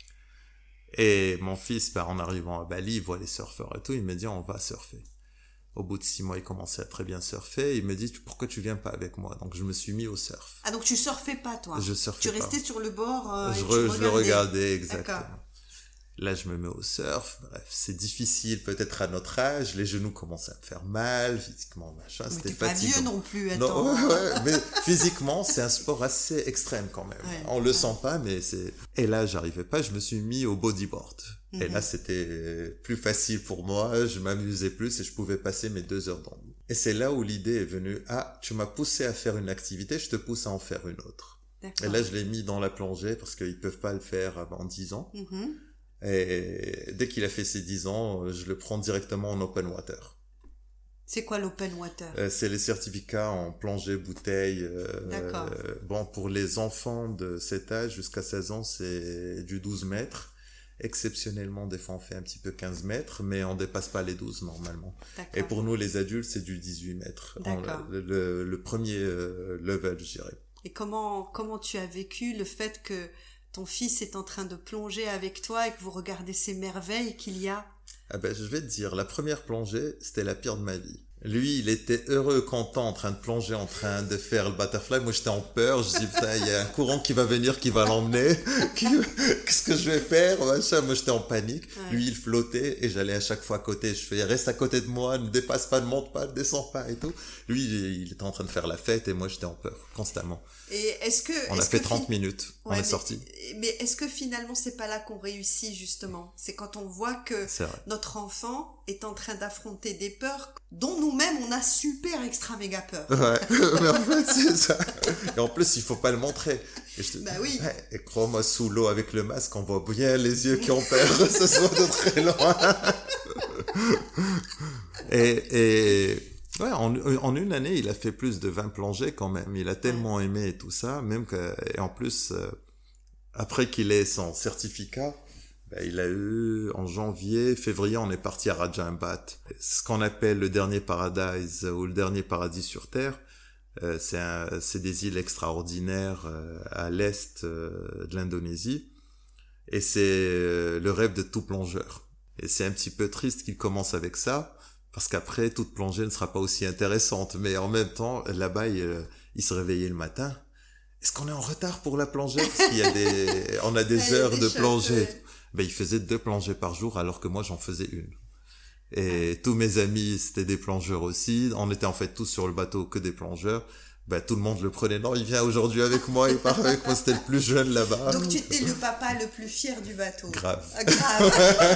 Et mon fils, en arrivant à Bali, il voit les surfeurs et tout, il me dit, on va surfer. Au bout de 6 mois, il commençait à très bien surfer. Il me dit, pourquoi tu viens pas avec moi? Donc, je me suis mis au surf. Ah, donc tu surfais pas, toi? Je surfais pas. Tu restais sur le bord je le regardais, exactement. D'accord. Là, je me mets au surf. Bref, c'est difficile, peut-être à notre âge. Les genoux commençaient à me faire mal, physiquement, machin. Mais c'était t'es pas vieux non plus, attends. Non, mais physiquement, c'est un sport assez extrême quand même. On le sent pas, mais c'est... Et là, j'arrivais pas, je me suis mis au bodyboard. Et là, c'était plus facile pour moi, je m'amusais plus et je pouvais passer mes 2 heures dans l'eau. Et c'est là où l'idée est venue, tu m'as poussé à faire une activité, je te pousse à en faire une autre. D'accord. Et là, je l'ai mis dans la plongée parce qu'ils peuvent pas le faire avant 10 ans. Et dès qu'il a fait ses 10 ans, je le prends directement en open water. C'est quoi l'open water? C'est les certificats en plongée, bouteille. D'accord. Pour les enfants de cet âge, jusqu'à 16 ans, c'est du 12 mètres. Exceptionnellement, des fois, on fait un petit peu 15 mètres, mais on dépasse pas les 12 normalement. D'accord. Et pour nous, les adultes, c'est du 18 mètres. D'accord. Le premier level, je dirais. Et comment tu as vécu le fait que ton fils est en train de plonger avec toi et que vous regardez ces merveilles qu'il y a? Je vais te dire, la première plongée, c'était la pire de ma vie. Lui, il était heureux, content, en train de plonger, en train de faire le butterfly. Moi, j'étais en peur. Je dis, putain, il y a un courant qui va venir, qui va l'emmener. Qu'est-ce que je vais faire? Machin. Moi, j'étais en panique. Ouais. Lui, il flottait et j'allais à chaque fois à côté. Je fais, reste à côté de moi, ne dépasse pas, ne monte pas, ne descends pas et tout. Lui, il était en train de faire la fête et moi, j'étais en peur, constamment. Et on a fait 30 minutes, on est sorti. Mais est-ce que finalement, c'est pas là qu'on réussit, justement? C'est quand on voit que notre enfant est en train d'affronter des peurs dont nous-mêmes, on a super extra méga peur. Ouais, mais en fait, c'est ça. Et en plus, il faut pas le montrer. Oui. Et crois-moi, sous l'eau avec le masque, on voit bien les yeux qui ont peur, ce soit de très loin. Ouais, en une année, il a fait plus de 20 plongées quand même. Il a tellement aimé et tout ça, et en plus, après qu'il ait son certificat, il a eu, en février, on est parti à Raja Ampat. Ce qu'on appelle le dernier paradise ou le dernier paradis sur Terre. C'est des îles extraordinaires à l'est de l'Indonésie. Et c'est le rêve de tout plongeur. Et c'est un petit peu triste qu'il commence avec ça, parce qu'après, toute plongée ne sera pas aussi intéressante. Mais en même temps, là-bas, il se réveillait le matin. Est-ce qu'on est en retard pour la plongée? Parce qu'il y a on a des heures de plongée. Ben, il faisait 2 plongées par jour, alors que moi, j'en faisais 1. Et tous mes amis, c'était des plongeurs aussi. On était en fait tous sur le bateau que des plongeurs. Ben, tout le monde le prenait. Non, il vient aujourd'hui avec moi, il part avec moi. C'était le plus jeune là-bas. Donc, tu étais le papa le plus fier du bateau. Grave. Ah, grave.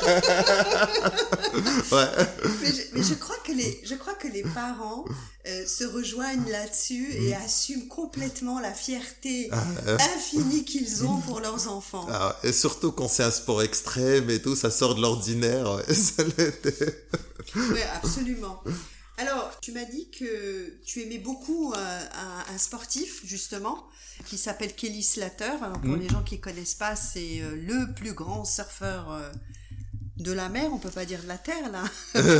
Ouais. Mais je crois que les parents se rejoignent là-dessus et assument complètement la fierté infinie qu'ils ont pour leurs enfants. Ah, et surtout quand c'est un sport extrême et tout, ça sort de l'ordinaire. Oui, absolument. Alors, tu m'as dit que tu aimais beaucoup un sportif, justement, qui s'appelle Kelly Slater. Alors, pour les gens qui ne connaissent pas, c'est le plus grand surfeur de la mer, on peut pas dire de la terre, là.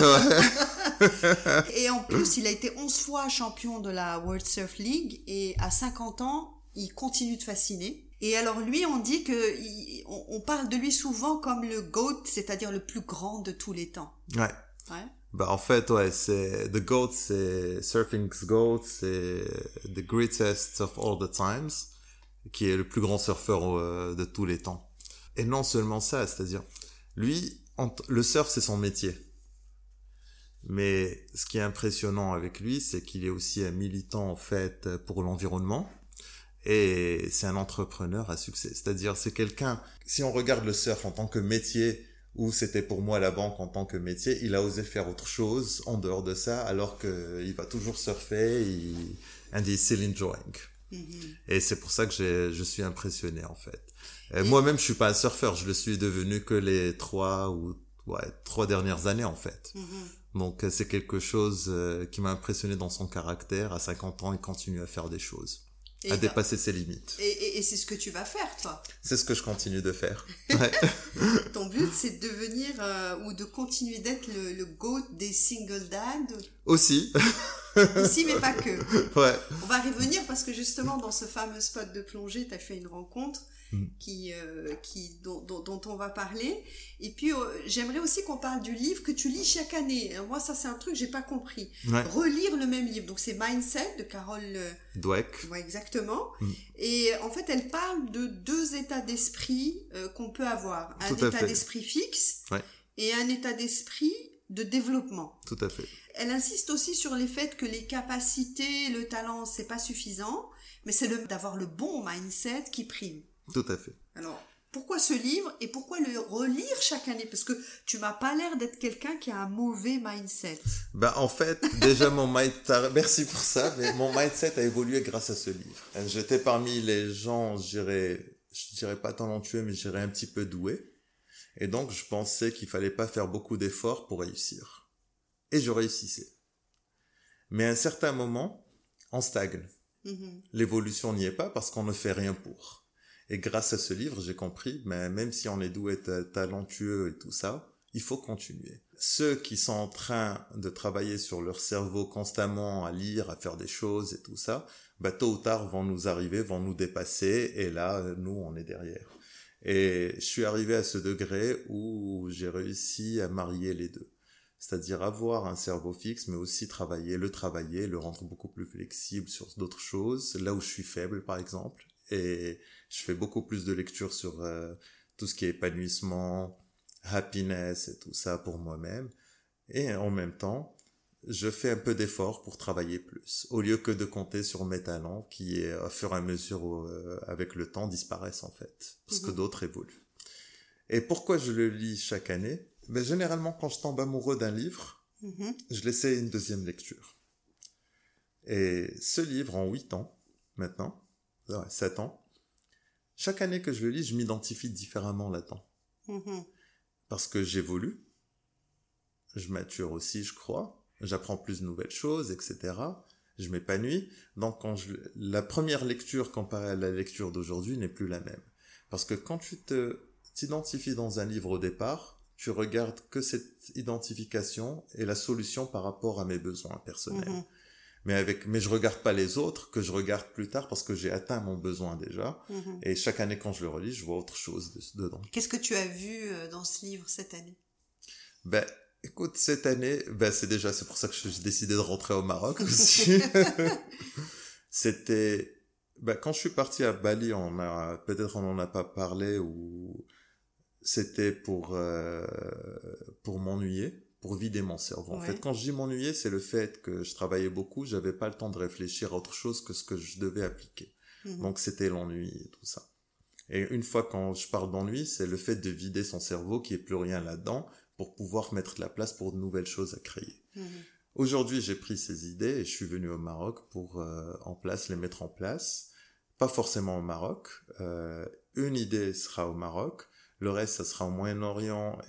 Et en plus, il a été 11 fois champion de la World Surf League, et à 50 ans, il continue de fasciner. Et alors lui, on dit on parle de lui souvent comme le GOAT, c'est-à-dire le plus grand de tous les temps. Ouais. Bah, en fait, ouais, c'est the GOAT, c'est surfing's GOAT, c'est the greatest of all the times, qui est le plus grand surfeur de tous les temps. Et non seulement ça, c'est-à-dire, lui, le surf, c'est son métier. Mais ce qui est impressionnant avec lui, c'est qu'il est aussi un militant, en fait, pour l'environnement. Et c'est un entrepreneur à succès. C'est-à-dire, c'est quelqu'un, si on regarde le surf en tant que métier, ou c'était pour moi la banque en tant que métier, il a osé faire autre chose en dehors de ça, alors qu'il va toujours surfer, and he's still enjoying. Et c'est pour ça que je suis impressionné, en fait. Moi-même, je suis pas un surfeur, je le suis devenu que les 3 dernières années, en fait. Donc, c'est quelque chose qui m'a impressionné dans son caractère. À 50 ans, il continue à faire des choses. À dépasser ses limites. Et c'est ce que tu vas faire, toi. C'est ce que je continue de faire. Ouais. Ton but, c'est de devenir ou de continuer d'être le GOAT des single dads. Aussi. Aussi, mais pas que. Ouais. On va revenir parce que justement, dans ce fameux spot de plongée, tu as fait une rencontre dont on va parler. Et puis, j'aimerais aussi qu'on parle du livre que tu lis chaque année. Moi, ça, c'est un truc que j'ai pas compris. Ouais. Relire le même livre. Donc, c'est Mindset de Carol Dweck. Ouais, exactement. Et en fait, elle parle de 2 états d'esprit qu'on peut avoir. Un état d'esprit fixe et un état d'esprit de développement. Tout à fait. Elle insiste aussi sur les faits que les capacités, le talent, c'est pas suffisant, mais c'est d'avoir le bon mindset qui prime. Tout à fait. Alors, pourquoi ce livre et pourquoi le relire chaque année? Parce que tu m'as pas l'air d'être quelqu'un qui a un mauvais mindset. Ben, en fait, déjà mon mindset, merci pour ça, mais mon mindset a évolué grâce à ce livre. J'étais parmi les gens, je dirais pas talentueux, mais je dirais un petit peu doué. Et donc, je pensais qu'il fallait pas faire beaucoup d'efforts pour réussir. Et je réussissais. Mais à un certain moment, on stagne. L'évolution n'y est pas parce qu'on ne fait rien pour. Et grâce à ce livre, j'ai compris, mais même si on est doué, talentueux et tout ça, il faut continuer. Ceux qui sont en train de travailler sur leur cerveau constamment, à lire, à faire des choses et tout ça, bah, tôt ou tard vont nous arriver, vont nous dépasser, et là, nous, on est derrière. Et je suis arrivé à ce degré où j'ai réussi à marier les deux. C'est-à-dire avoir un cerveau fixe, mais aussi le rendre beaucoup plus flexible sur d'autres choses, là où je suis faible, par exemple. Et je fais beaucoup plus de lectures sur tout ce qui est épanouissement, happiness et tout ça pour moi-même. Et en même temps, je fais un peu d'effort pour travailler plus, au lieu que de compter sur mes talents qui, au fur et à mesure, avec le temps, disparaissent en fait, parce que d'autres évoluent. Et pourquoi je le lis chaque année? Ben, généralement, quand je tombe amoureux d'un livre, je l'essaie une deuxième lecture. Et ce livre, en 8 ans, maintenant, 7 ans, chaque année que je le lis, je m'identifie différemment là-dedans. Parce que j'évolue, je mature aussi, je crois, j'apprends plus de nouvelles choses, etc. Je m'épanouis. Donc, la première lecture comparée à la lecture d'aujourd'hui n'est plus la même. Parce que quand tu t'identifies dans un livre au départ, tu regardes que cette identification et la solution par rapport à mes besoins personnels. Mais je regarde pas les autres, que je regarde plus tard parce que j'ai atteint mon besoin déjà. Et chaque année, quand je le relis, je vois autre chose dedans. Qu'est-ce que tu as vu dans ce livre cette année? Ben, écoute, cette année, ben c'est pour ça que j'ai décidé de rentrer au Maroc aussi. C'était, ben quand je suis parti à Bali, peut-être on n'en a pas parlé, ou c'était pour m'ennuyer, pour vider mon cerveau. En fait, quand je dis m'ennuyer, c'est le fait que je travaillais beaucoup, j'avais pas le temps de réfléchir à autre chose que ce que je devais appliquer. Donc c'était l'ennui et tout ça. Et une fois, quand je parle d'ennui, c'est le fait de vider son cerveau, qu'il n'y ait plus rien là-dedans, pour pouvoir mettre de la place pour de nouvelles choses à créer. Aujourd'hui, j'ai pris ces idées et je suis venu au Maroc pour les mettre en place. Pas forcément au Maroc. Une idée sera au Maroc. Le reste, ça sera au Moyen-Orient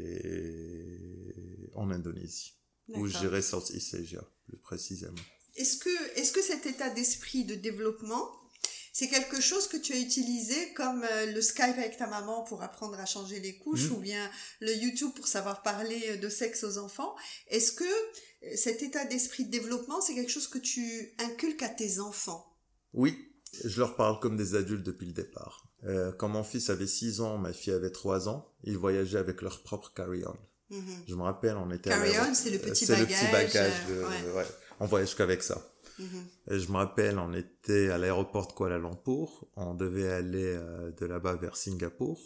et en Indonésie. Où j'irai Southeast Asia, plus précisément. Est-ce que cet état d'esprit de développement, c'est quelque chose que tu as utilisé comme le Skype avec ta maman pour apprendre à changer les couches, ou bien le YouTube pour savoir parler de sexe aux enfants? Est-ce que cet état d'esprit de développement, c'est quelque chose que tu inculques à tes enfants? Oui, je leur parle comme des adultes depuis le départ. Quand mon fils avait 6 ans, ma fille avait 3 ans, ils voyageaient avec leur propre carry-on. Je me rappelle, on était carry-on, c'est le petit bagage. On voyage qu'avec ça. Et je me rappelle, on était à l'aéroport de Kuala Lumpur, on devait aller de là-bas vers Singapour,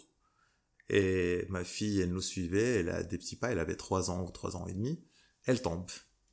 et ma fille, elle nous suivait, elle a des petits pas, elle avait 3 ans ou 3 ans et demi, elle tombe.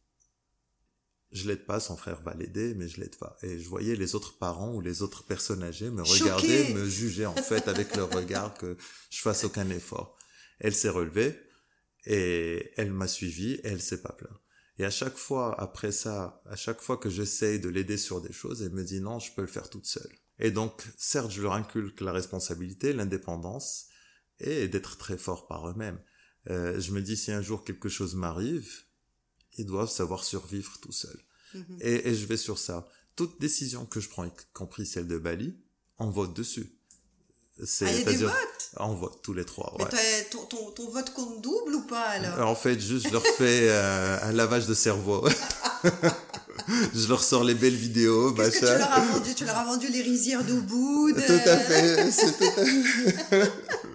Je l'aide pas, son frère va l'aider, mais je l'aide pas. Et je voyais les autres parents ou les autres personnes âgées me regarder, me juger en fait avec leur regard, que je fasse aucun effort. Elle s'est relevée et elle m'a suivi et elle s'est pas plainte. Et à chaque fois, après ça, à chaque fois que j'essaye de l'aider sur des choses, elle me dit non, je peux le faire toute seule. Et donc, certes, je leur inculque la responsabilité, l'indépendance et d'être très forts par eux-mêmes. Je me dis, si un jour quelque chose m'arrive, ils doivent savoir survivre tout seuls. Et je vais sur ça. Toute décision que je prends, y compris celle de Bali, on vote dessus. Il y a des votes? On vote tous les 3. Mais ton vote compte double ou pas alors? En fait, juste je leur fais un lavage de cerveau. Je leur sors les belles vidéos. Qu'est-ce que tu leur as vendu? Tu leur as vendu les rizières d'Ubud? Tout à fait. C'est tout à fait.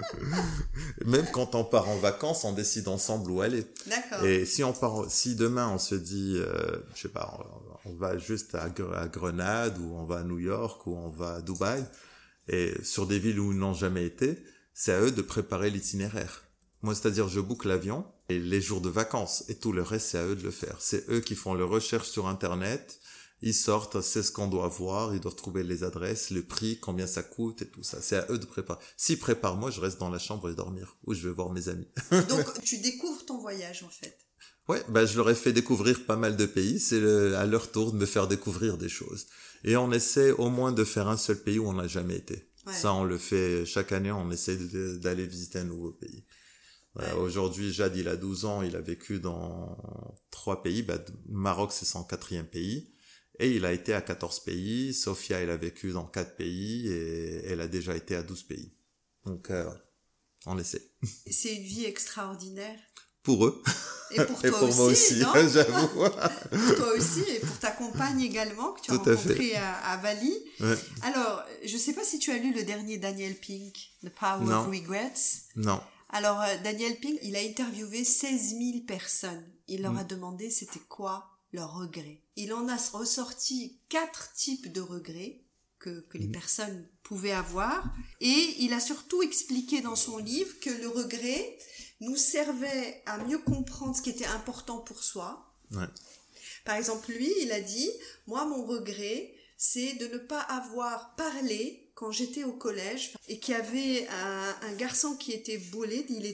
Même quand on part en vacances, on décide ensemble où aller. D'accord. Et si demain on se dit, je sais pas, on va juste à Grenade, ou on va à New York, ou on va à Dubaï, et sur des villes où ils n'ont jamais été, c'est à eux de préparer l'itinéraire. Moi, c'est-à-dire, je book l'avion et les jours de vacances, et tout le reste, c'est à eux de le faire. C'est eux qui font les recherches sur Internet. Ils sortent, c'est ce qu'on doit voir, ils doivent trouver les adresses, le prix, combien ça coûte et tout ça. C'est à eux de préparer. S'ils préparent, moi, je reste dans la chambre et dormir, ou je vais voir mes amis. Donc, tu découvres ton voyage, en fait. Ouais, je leur ai fait découvrir pas mal de pays. C'est à leur tour de me faire découvrir des choses. Et on essaie au moins de faire un seul pays où on n'a jamais été. Ça, on le fait chaque année, on essaie d'aller visiter un nouveau pays. Aujourd'hui, Jad, il a 12 ans, il a vécu dans 3 pays. Le Maroc, c'est son 4e pays. Et il a été à 14 pays. Sophia, elle a vécu dans 4 pays et elle a déjà été à 12 pays. Donc, on essaie. C'est une vie extraordinaire. Pour eux. Et pour toi pour moi aussi, j'avoue. Pour toi aussi et pour ta compagne également, que tu as rencontrée à Bali. Ouais. Alors, je sais pas si tu as lu le dernier Daniel Pink, The Power of Regrets. Non. Alors, Daniel Pink, il a interviewé 16 000 personnes. Il leur a demandé c'était quoi leurs regrets. Il en a ressorti 4 types de regrets que les personnes pouvaient avoir. Et il a surtout expliqué dans son livre que le regret nous servait à mieux comprendre ce qui était important pour soi. Ouais. Par exemple, lui, il a dit, moi, mon regret, c'est de ne pas avoir parlé quand j'étais au collège et qu'il y avait un garçon qui était bullied, il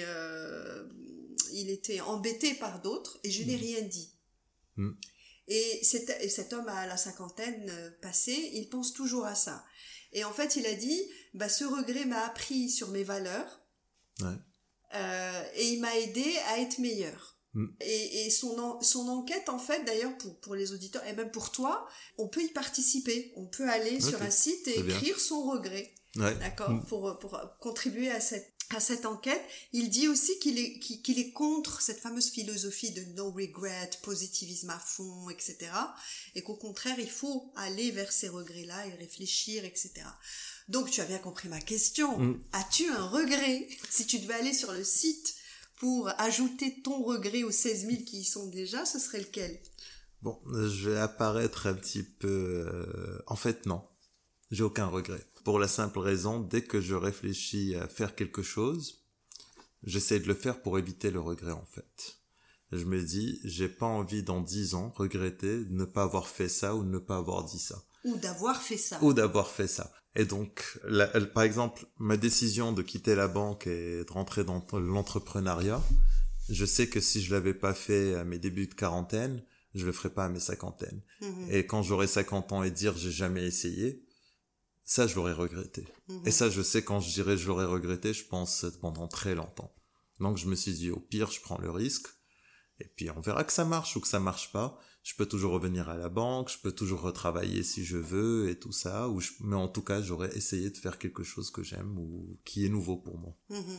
était embêté par d'autres et je n'ai rien dit. Et cet homme à la 50aine passée, il pense toujours à ça. Et en fait, il a dit, ce regret m'a appris sur mes valeurs. Ouais. Et il m'a aidé à être meilleur. Et son enquête, en fait, d'ailleurs, pour les auditeurs, et même pour toi, on peut y participer. On peut aller sur un site et écrire son regret. Ouais. D'accord? Pour contribuer à cette enquête. Il dit aussi qu'il est contre cette fameuse philosophie de no regret, positivisme à fond, etc. Et qu'au contraire, il faut aller vers ces regrets-là et réfléchir, etc. Donc, tu as bien compris ma question. As-tu un regret si tu devais aller sur le site pour ajouter ton regret aux 16 000 qui y sont déjà, ce serait lequel? Bon, je vais apparaître un petit peu... En fait, non. J'ai aucun regret. Pour la simple raison, dès que je réfléchis à faire quelque chose, j'essaie de le faire pour éviter le regret, en fait. Je me dis, j'ai pas envie dans 10 ans regretter de ne pas avoir fait ça ou de ne pas avoir dit ça. Ou d'avoir fait ça. Ou d'avoir fait ça. Et donc, par exemple, ma décision de quitter la banque et de rentrer dans l'entrepreneuriat, je sais que si je l'avais pas fait à mes débuts de quarantaine, je le ferais pas à mes cinquantaines. Et quand j'aurai 50 ans et dire j'ai jamais essayé, ça je l'aurais regretté. Et ça je sais quand je dirais je l'aurais regretté, je pense pendant très longtemps. Donc je me suis dit au pire je prends le risque et puis on verra que ça marche ou que ça marche pas. Je peux toujours revenir à la banque, je peux toujours retravailler si je veux et tout ça, mais en tout cas j'aurais essayé de faire quelque chose que j'aime ou qui est nouveau pour moi.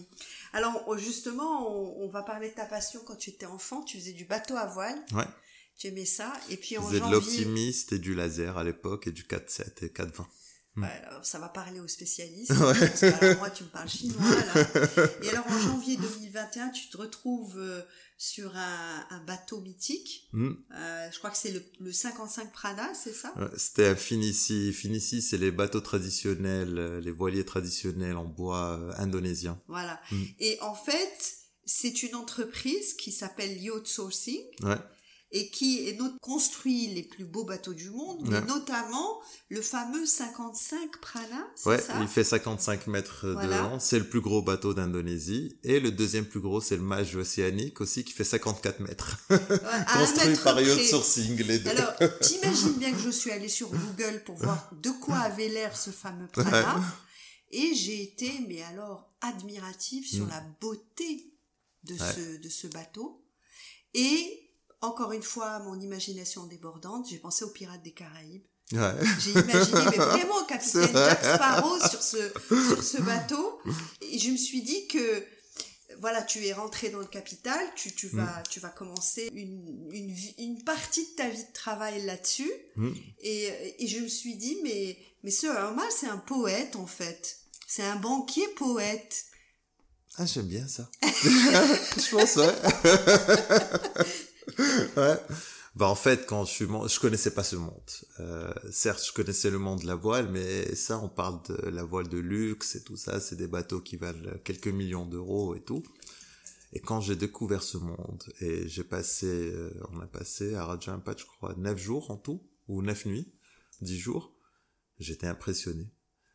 Alors justement on va parler de ta passion quand tu étais enfant, tu faisais du bateau à voile. Ouais. Tu aimais ça et puis en janvier... janvier... de l'optimiste et du laser à l'époque et du 4-7 et 4-20. Ouais, alors ça va parler aux spécialistes, parce que alors, moi tu me parles chinois là. Et alors en janvier 2021 tu te retrouves sur un bateau mythique, je crois que c'est le 55 Prana, c'est ça? C'était un Finici. Finici c'est les bateaux traditionnels, les voiliers traditionnels en bois indonésien. Voilà. Et en fait c'est une entreprise qui s'appelle Yacht Sourcing. Ouais. Et qui construit les plus beaux bateaux du monde, mais notamment le fameux 55 Prana, c'est ça? Il fait 55 mètres de long, c'est le plus gros bateau d'Indonésie, et le deuxième plus gros, c'est le Mage Océanique aussi, qui fait 54 mètres. Construit par Yacht Sourcing, les deux. Alors, t'imagines bien que je suis allée sur Google pour voir de quoi avait l'air ce fameux Prana, et j'ai été, mais alors, admirative sur la beauté de ce bateau, et encore une fois, mon imagination débordante, j'ai pensé aux Pirates des Caraïbes. Ouais. J'ai imaginé, mais vraiment, capitaine Jack Sparrow sur ce bateau. Et je me suis dit que, voilà, tu es rentré dans le capital, tu vas commencer une partie de ta vie de travail là-dessus. Et je me suis dit, mais ce Omar, c'est un poète, en fait. C'est un banquier poète. Ah, j'aime bien ça. Je pense, ouais. Ouais. Bah en fait quand je connaissais pas ce monde. Certes je connaissais le monde de la voile, mais ça on parle de la voile de luxe et tout ça, c'est des bateaux qui valent quelques millions d'euros et tout. Et quand j'ai découvert ce monde et on a passé à Raja Ampat je crois 9 jours en tout, ou 9 nuits, 10 jours, j'étais impressionné.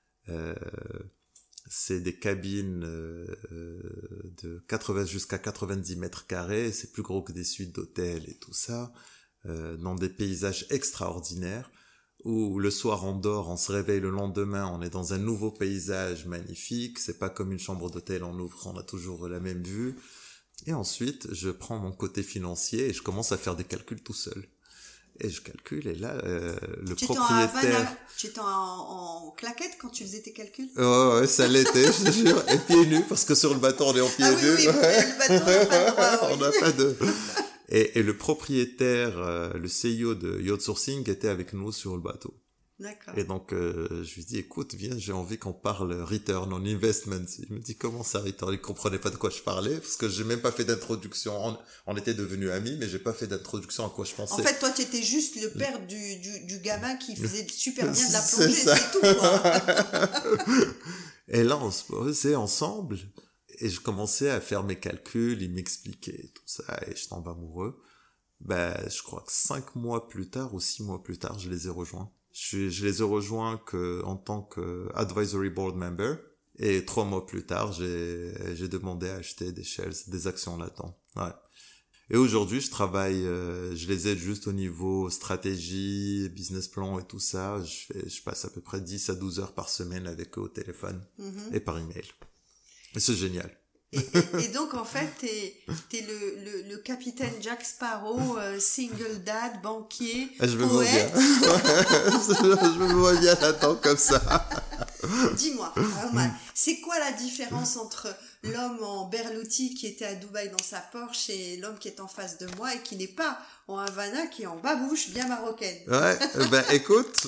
C'est des cabines de 80 jusqu'à 90 mètres carrés, c'est plus gros que des suites d'hôtels et tout ça, dans des paysages extraordinaires, où le soir on dort, on se réveille le lendemain, on est dans un nouveau paysage magnifique, c'est pas comme une chambre d'hôtel, on ouvre, on a toujours la même vue, et ensuite je prends mon côté financier et je commence à faire des calculs tout seul. Et je calcule, et là, le propriétaire... Tu étais en claquette quand tu faisais tes calculs? Ouais, ça l'était, je te jure. Et pieds nus, parce que sur le bateau, on est en pieds nus. Oui, le bateau, on n'a pas de... Et le propriétaire, le CEO de Yacht Sourcing était avec nous sur le bateau. D'accord. Et donc, je lui dis, écoute, viens, j'ai envie qu'on parle return on investment. Il me dit, comment ça, return? Il comprenait pas de quoi je parlais, parce que j'ai même pas fait d'introduction. On était devenus amis, mais j'ai pas fait d'introduction à quoi je pensais. En fait, toi, tu étais juste le père du gamin qui faisait super bien de la plongée, c'est tout, quoi. Et là, on se posait ensemble, et je commençais à faire mes calculs, il m'expliquait tout ça, et je tombe amoureux. Je crois que 5 mois plus tard, ou 6 mois plus tard, je les ai rejoints. Je les ai rejoints en tant que advisory board member, et 3 mois plus tard j'ai demandé à acheter des shares, des actions là-dedans. Ouais. Et aujourd'hui je travaille, je les aide juste au niveau stratégie, business plan et tout ça. Je passe à peu près 10 à 12 heures par semaine avec eux au téléphone et par email. Et c'est génial. Et donc en fait t'es le capitaine Jack Sparrow, single dad, banquier, je me poète. Je me vois bien là-dedans comme ça. Dis-moi, Omar, c'est quoi la différence entre l'homme en berlouti qui était à Dubaï dans sa Porsche et l'homme qui est en face de moi et qui n'est pas en Havana, qui est en babouche bien marocaine? Ouais, écoute,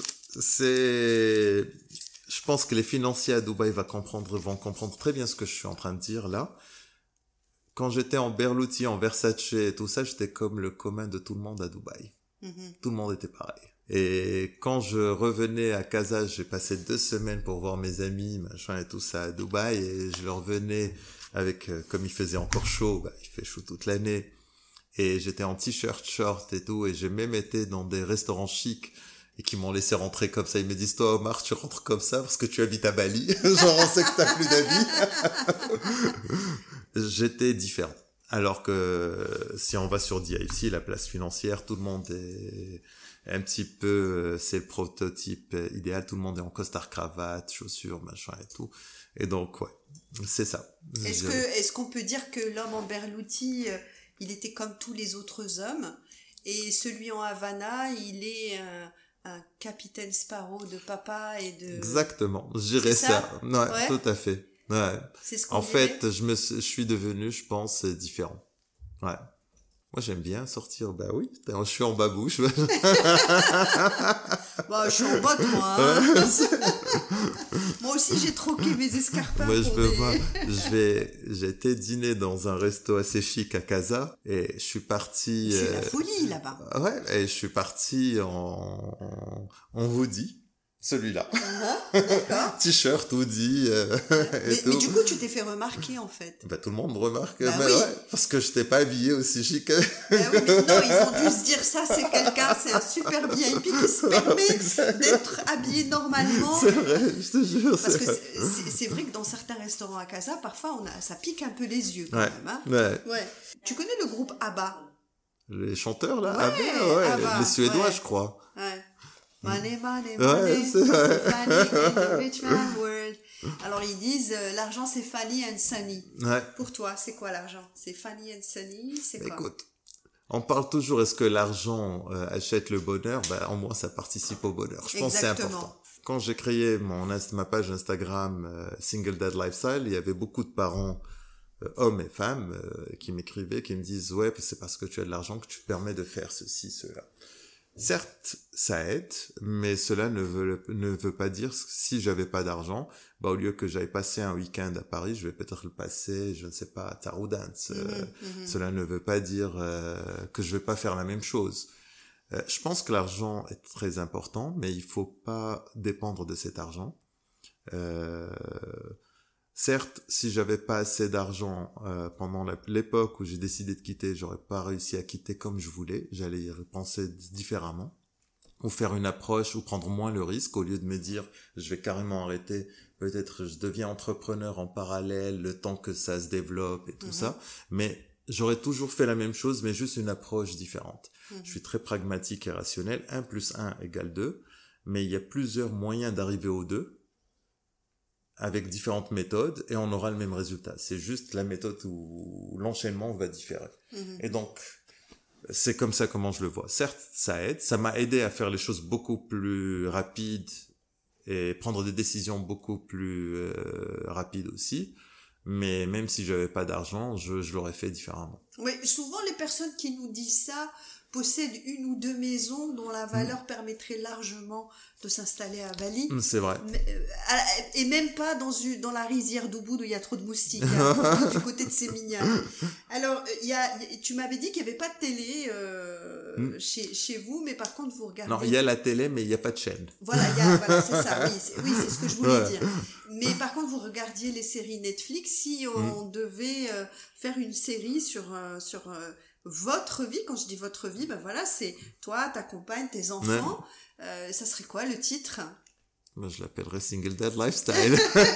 je pense que les financiers à Dubaï vont comprendre très bien ce que je suis en train de dire là. quand j'étais en Berluti, en Versace et tout ça, j'étais comme le commun de tout le monde à Dubaï. Tout le monde était pareil. Et quand je revenais à Casa, j'ai passé 2 semaines pour voir mes amis, machin et tout ça à Dubaï, et je leur venais avec, comme il faisait encore chaud, il fait chaud toute l'année, et j'étais en t-shirt, short et tout, et j'ai même été dans des restaurants chics, et qui m'ont laissé rentrer comme ça. Ils me disent, toi Omar, tu rentres comme ça parce que tu habites à Bali. Genre, on sait que t'as plus d'habits. J'étais différent. Alors que si on va sur DIFC, la place financière, tout le monde est un petit peu, c'est le prototype idéal. Tout le monde est en costard cravate, chaussures, machin et tout. Et donc, ouais, c'est ça. Est-ce qu'on peut dire que l'homme en Berluti, il était comme tous les autres hommes, et celui en Havana, il est un capitaine Sparrow de papa et de... Exactement, je dirais ça. Ouais, tout à fait. Ouais. C'est ce qu'on en dirait. fait, je suis devenu, je pense, différent. Ouais. Moi, j'aime bien sortir. Bah oui, je suis en babouche. Bah, je suis en botte, moi. Hein. Moi aussi, j'ai troqué mes escarpins. Moi, pour j'ai été dîner dans un resto assez chic à Casa et je suis parti. C'est la folie là-bas. Ouais, et je suis parti en hoodie. Celui-là. D'accord. T-shirt, hoodie, mais du coup, tu t'es fait remarquer, en fait. Bah, tout le monde me remarque. Bah, oui. ouais, parce que je t'ai pas habillé aussi chic. Bah oui, mais non, ils ont dû se dire ça, c'est quelqu'un, c'est un super VIP qui se permet d'être habillé normalement. C'est vrai, je te jure. Parce que c'est vrai que dans certains restaurants à Casa, parfois, ça pique un peu les yeux, quand même. Hein. Ouais. Tu connais le groupe ABBA? Les chanteurs, là? Ouais, ABBA, les Suédois, je crois. Ouais. Money, money, Ouais, money, c'est vrai. funny in the rich man world. Alors ils disent l'argent c'est funny and sunny. Ouais. Pour toi, c'est quoi l'argent? C'est funny and sunny, c'est quoi? Écoute, on parle toujours, est-ce que l'argent achète le bonheur? Bah, au moins ça participe au bonheur. Je pense que c'est important. Quand j'ai créé ma page Instagram Single Dad Lifestyle, il y avait beaucoup de parents, hommes et femmes, qui m'écrivaient, qui me disent ouais, c'est parce que tu as de l'argent que tu te permets de faire ceci, cela. Certes, ça aide, mais cela ne veut pas dire que si j'avais pas d'argent, bah, au lieu que j'aille passer un week-end à Paris, je vais peut-être le passer, je ne sais pas, à Taroudance. Cela ne veut pas dire que je vais pas faire la même chose. Je pense que l'argent est très important, mais il faut pas dépendre de cet argent. Certes, si j'avais pas assez d'argent pendant l'époque où j'ai décidé de quitter, j'aurais pas réussi à quitter comme je voulais. J'allais y penser différemment, ou faire une approche, ou prendre moins le risque au lieu de me dire je vais carrément arrêter. Peut-être je deviens entrepreneur en parallèle, le temps que ça se développe et tout ça. Mais j'aurais toujours fait la même chose, mais juste une approche différente. Je suis très pragmatique et rationnel. 1 + 1 = 2, mais il y a plusieurs moyens d'arriver aux 2. Avec différentes méthodes, et on aura le même résultat. C'est juste la méthode où l'enchaînement va différer. Et donc, c'est comme ça comment je le vois. Certes, ça aide. Ça m'a aidé à faire les choses beaucoup plus rapides et prendre des décisions beaucoup plus rapides aussi. Mais même si j'avais pas d'argent, je l'aurais fait différemment. Oui, souvent les personnes qui nous disent ça possèdent 1 ou 2 maisons dont la valeur permettrait largement de s'installer à Bali. C'est vrai. Et même pas dans la rizière d'Ubud où il y a trop de moustiques, hein, du côté de Sémignan. Alors, tu m'avais dit qu'il n'y avait pas de télé chez vous, mais par contre, vous regardez... Non, il y a la télé, mais il n'y a pas de chaîne. Voilà, c'est ça, oui, c'est ce que je voulais dire. Mais par contre, vous regardiez les séries Netflix. Si on devait faire une série sur votre vie, quand je dis votre vie, ben voilà, c'est toi, ta compagne, tes enfants. Ça serait quoi le titre? Moi, je l'appellerais Single Dad Lifestyle.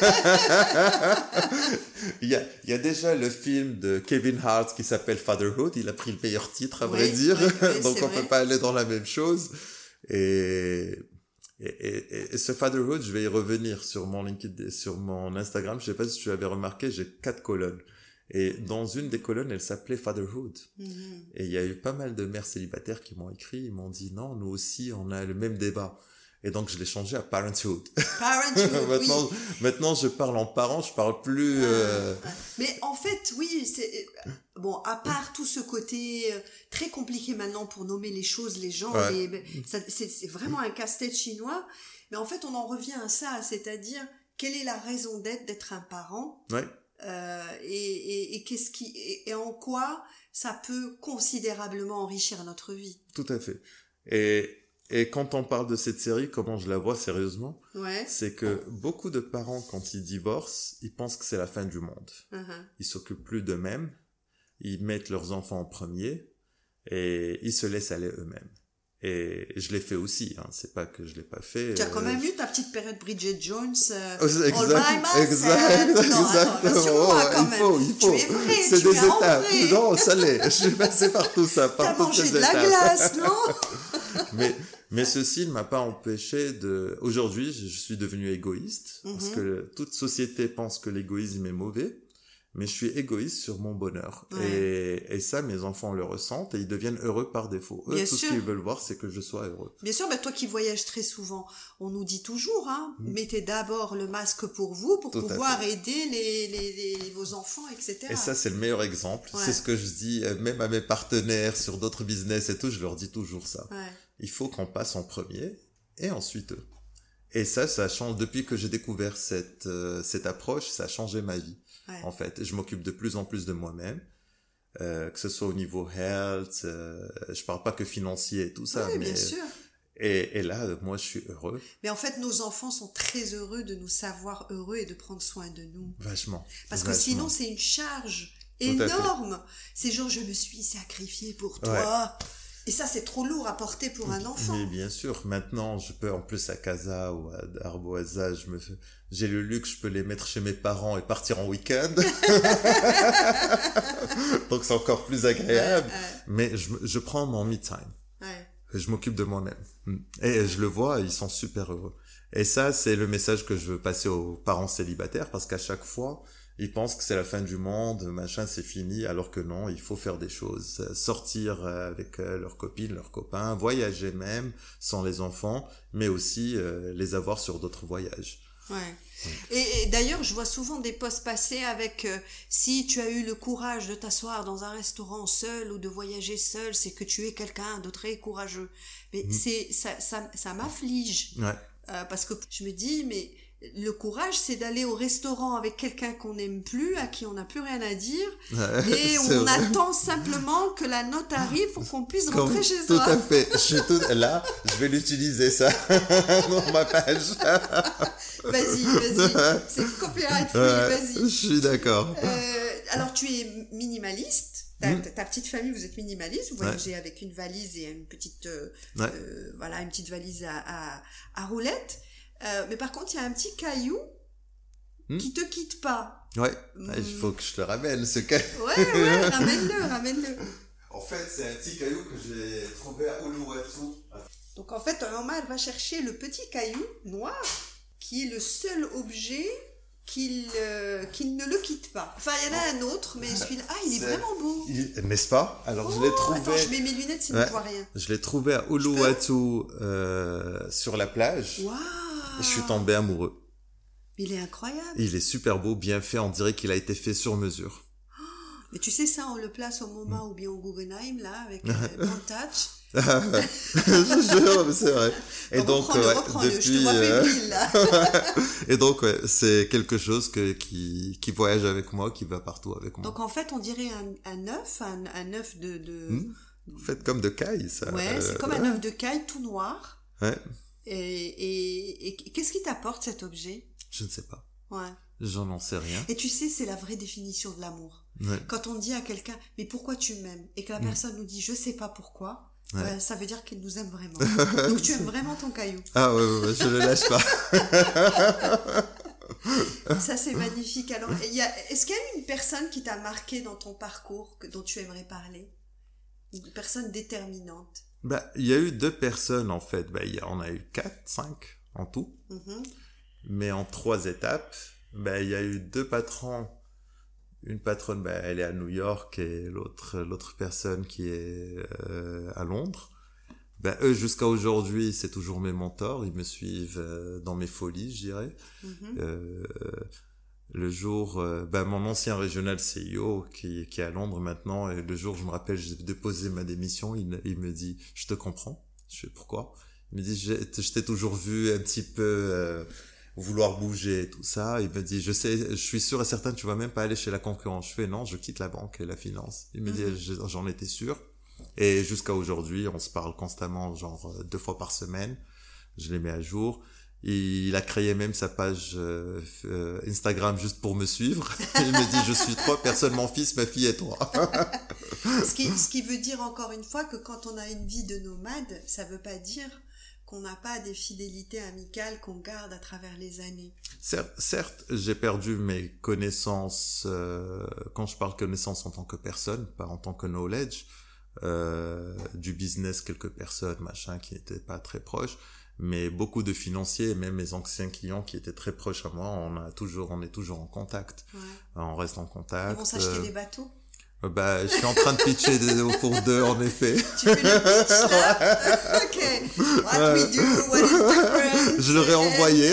il y a déjà le film de Kevin Hart qui s'appelle Fatherhood. Il a pris le meilleur titre, à vrai dire. Donc, on peut pas aller dans la même chose. Et ce Fatherhood, je vais y revenir sur mon LinkedIn, sur mon Instagram. Je sais pas si tu avais remarqué, j'ai 4 colonnes. Et dans une des colonnes, elle s'appelait Fatherhood. Et il y a eu pas mal de mères célibataires qui m'ont écrit, ils m'ont dit non, nous aussi, on a le même débat. Et donc, je l'ai changé à Parenthood. Parenthood, maintenant, je parle en parent, je parle plus... Mais en fait, oui, c'est... Bon, à part tout ce côté très compliqué maintenant pour nommer les choses, les gens, c'est vraiment un casse-tête chinois. Mais en fait, on en revient à ça, c'est-à-dire, quelle est la raison d'être un parent? et qu'est-ce qui et en quoi ça peut considérablement enrichir notre vie. Tout à fait. Et quand on parle de cette série, comment je la vois sérieusement, c'est que beaucoup de parents, quand ils divorcent, ils pensent que c'est la fin du monde. Ils s'occupent plus d'eux-mêmes, ils mettent leurs enfants en premier et ils se laissent aller eux-mêmes. Et je l'ai fait aussi, hein. C'est pas que je l'ai pas fait. Tu as quand même eu ta petite période Bridget Jones. Exactement. Il faut. Tu es vrai, c'est tu des es étapes. vrai. Non, ça l'est. Je suis passé par tout ça, T'as par toutes mangé ces de la étapes. glace, non? Mais ceci ne m'a pas empêché de... Aujourd'hui, je suis devenu égoïste, parce que toute société pense que l'égoïsme est mauvais, mais je suis égoïste sur mon bonheur. Et ça, mes enfants le ressentent et ils deviennent heureux par défaut. Eux, tout ce qu'ils veulent voir, c'est que je sois heureux. Bien sûr, toi qui voyages très souvent, on nous dit toujours, mettez d'abord le masque pour vous, pour pouvoir aider vos enfants, etc. Et ça, c'est le meilleur exemple. C'est ce que je dis, même à mes partenaires sur d'autres business et tout, je leur dis toujours ça. Il faut qu'on passe en premier et ensuite eux. Et ça change. Depuis que j'ai découvert cette approche, ça a changé ma vie. En fait, je m'occupe de plus en plus de moi-même, que ce soit au niveau health, je parle pas que financier et tout ça, mais bien sûr. Et là, moi, je suis heureux. Mais en fait, nos enfants sont très heureux de nous savoir heureux et de prendre soin de nous. Vachement. Parce que sinon, c'est une charge énorme. C'est genre, je me suis sacrifié pour toi. Et ça, c'est trop lourd à porter pour un enfant. Mais bien sûr, maintenant, je peux, en plus, à Casa ou à Arboisa, j'ai le luxe, je peux les mettre chez mes parents et partir en week-end. Donc, c'est encore plus agréable. Mais je prends mon me time. Je m'occupe de moi-même. Et je le vois, ils sont super heureux. Et ça, c'est le message que je veux passer aux parents célibataires, parce qu'à chaque fois, ils pensent que c'est la fin du monde, machin, c'est fini, alors que non, il faut faire des choses. Sortir avec leurs copines, leurs copains, voyager même, sans les enfants, mais aussi les avoir sur d'autres voyages. Et d'ailleurs, je vois souvent des posts passer avec si tu as eu le courage de t'asseoir dans un restaurant seul ou de voyager seul, c'est que tu es quelqu'un de très courageux. Mais ça m'afflige. Parce que je me dis, mais le courage, c'est d'aller au restaurant avec quelqu'un qu'on n'aime plus, à qui on n'a plus rien à dire, et on attend simplement que la note arrive pour qu'on puisse rentrer chez soi. Tout à fait. Là, je vais l'utiliser ça dans ma page. Vas-y. C'est copyright free, vas-y. Je suis d'accord. Alors, tu es minimaliste. Ta petite famille, vous êtes minimaliste. Vous voyagez avec une valise et une petite, une petite valise à roulettes. Mais par contre, il y a un petit caillou qui te quitte pas. Il faut que je te ramène ce caillou. Ramène-le. En fait, c'est un petit caillou que j'ai trouvé à Uluwatu. Donc en fait, Omar va chercher le petit caillou noir qui est le seul objet qu'il ne le quitte pas. Enfin, il y en a un autre, mais celui-là, il est vraiment beau. N'est-ce pas? Alors, je l'ai trouvé... Attends, je mets mes lunettes sinon je vois rien. Je l'ai trouvé à Uluwatu sur la plage. Waouh! Et je suis tombé amoureux. Il est incroyable. Il est super beau, bien fait. On dirait qu'il a été fait sur mesure. Mais tu sais ça, on le place au MoMA ou bien au Guggenheim, là, avec Don't Touch. Je jure, c'est vrai. Et donc, reprends-le, je te vois fébrile, là. Et donc, c'est quelque chose qui voyage avec moi, qui va partout avec moi. Donc, en fait, on dirait un œuf de... En fait, comme de caille, ça. C'est comme un œuf de caille tout noir. Ouais. Et qu'est-ce qui t'apporte cet objet? Je ne sais pas. J'en sais rien. Et tu sais, c'est la vraie définition de l'amour. Quand on dit à quelqu'un, mais pourquoi tu m'aimes? Et que la personne nous dit, je sais pas pourquoi. Ça veut dire qu'elle nous aime vraiment. Donc tu aimes vraiment ton caillou. Ah ouais, je le lâche pas. Ça c'est magnifique. Alors, est-ce qu'il y a une personne qui t'a marqué dans ton parcours dont tu aimerais parler? Une personne déterminante? Il y a eu 2 personnes en fait. On a eu 4, 5 en tout. Mais en 3 étapes. Il y a eu 2 patrons. Une patronne, elle est à New York et l'autre personne qui est à Londres. Eux, jusqu'à aujourd'hui, c'est toujours mes mentors. Ils me suivent dans mes folies, je dirais. Le jour, mon ancien régional CEO qui est à Londres maintenant, et le jour, je me rappelle, j'ai déposé ma démission, il me dit, je te comprends. Je fais pourquoi? Il me dit, je t'ai toujours vu un petit peu vouloir bouger et tout ça. Il me dit, je suis sûr et certain que tu vas même pas aller chez la concurrence. Je fais, non, je quitte la banque et la finance. Il me dit, j'en étais sûr. Et jusqu'à aujourd'hui, on se parle constamment, genre 2 fois par semaine. Je les mets à jour. Il a créé même sa page Instagram juste pour me suivre. Il me dit, je suis 3 personnes, mon fils, ma fille et toi. Ce qui veut dire encore une fois que quand on a une vie de nomade, ça veut pas dire qu'on n'a pas des fidélités amicales qu'on garde à travers les années. Certes, j'ai perdu mes connaissances, quand je parle connaissances en tant que personne, pas en tant que knowledge, du business, quelques personnes, machin, qui n'étaient pas très proches, mais beaucoup de financiers, même mes anciens clients qui étaient très proches à moi, on est toujours en contact. Ouais. On reste en contact. Ils vont s'acheter des bateaux? Je suis en train de pitcher pour 2, en effet. Tu fais le pitch, là? Ok. What we do, what is different? Je leur ai envoyé.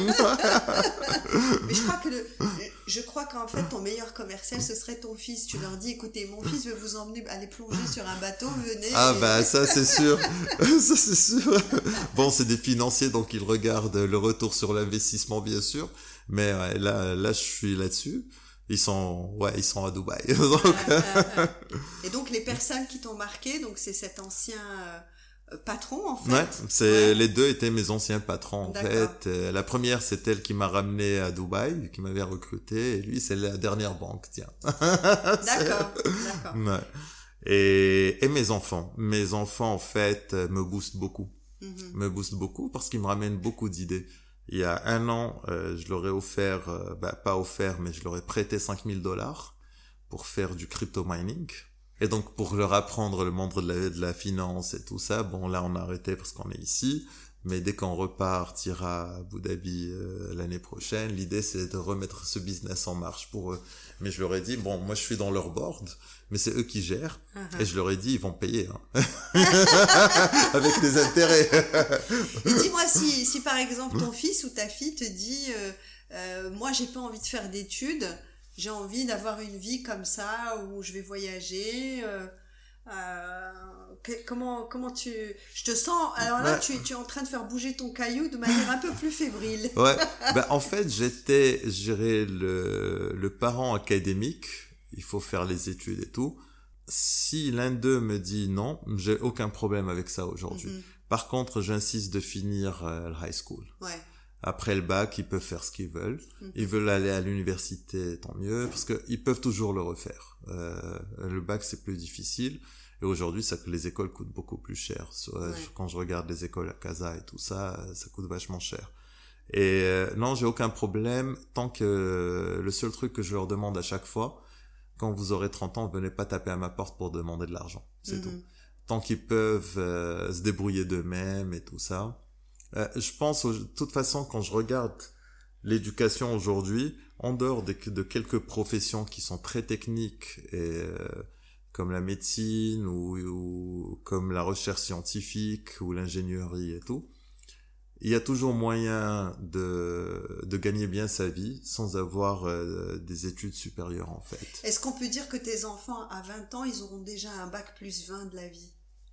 Mais je crois qu'en fait, ton meilleur commercial, ce serait ton fils. Tu leur dis, écoutez, mon fils veut vous emmener, aller plonger sur un bateau, venez. Ça c'est sûr. Ça c'est sûr. Bon, c'est des financiers, donc ils regardent le retour sur l'investissement, bien sûr. Mais ouais, là, je suis là-dessus. Ils sont à Dubaï. Donc... Et donc, les personnes qui t'ont marqué, donc c'est cet ancien patron, en fait. Ouais, les 2 étaient mes anciens patrons, en fait. La première, c'est elle qui m'a ramené à Dubaï, qui m'avait recruté, et lui, c'est la dernière banque, tiens. D'accord. Ouais. Et mes enfants, en fait, me boostent beaucoup. Me boostent beaucoup parce qu'ils me ramènent beaucoup d'idées. Il y a 1 an, je leur ai offert, pas offert, mais je leur ai prêté $5,000 pour faire du crypto mining. Et donc, pour leur apprendre le monde de la finance et tout ça, bon, là, on a arrêté parce qu'on est ici. Mais dès qu'on repartira à Abu Dhabi l'année prochaine, l'idée, c'est de remettre ce business en marche pour eux. Mais je leur ai dit, bon, moi, je suis dans leur board, mais c'est eux qui gèrent. Et je leur ai dit, ils vont payer, hein. Avec des intérêts. Et dis-moi, si par exemple, ton fils ou ta fille te dit, moi, j'ai pas envie de faire d'études, j'ai envie d'avoir une vie comme ça, où je vais voyager, comment je te sens, alors là, tu es en train de faire bouger ton caillou de manière un peu plus fébrile. Ouais. En fait, j'étais, je dirais, le parent académique. Il faut faire les études et tout. Si l'un d'eux me dit non, j'ai aucun problème avec ça aujourd'hui. Par contre, j'insiste de finir le high school. Ouais. Après le bac, ils peuvent faire ce qu'ils veulent. Ils veulent aller à l'université, tant mieux, parce que ils peuvent toujours le refaire. Le bac, c'est plus difficile. Et aujourd'hui, les écoles coûtent beaucoup plus cher. Quand je regarde les écoles à Casa et tout ça, ça coûte vachement cher. Et non, j'ai aucun problème tant que le seul truc que je leur demande à chaque fois, quand vous aurez 30 ans, venez pas taper à ma porte pour demander de l'argent. C'est tout. Tant qu'ils peuvent se débrouiller d'eux-mêmes et tout ça. Je pense, de toute façon, quand je regarde l'éducation aujourd'hui, en dehors de quelques professions qui sont très techniques, et comme la médecine ou comme la recherche scientifique ou l'ingénierie et tout, il y a toujours moyen de gagner bien sa vie sans avoir des études supérieures, en fait. Est-ce qu'on peut dire que tes enfants, à 20 ans, ils auront déjà un bac plus 20 de la vie?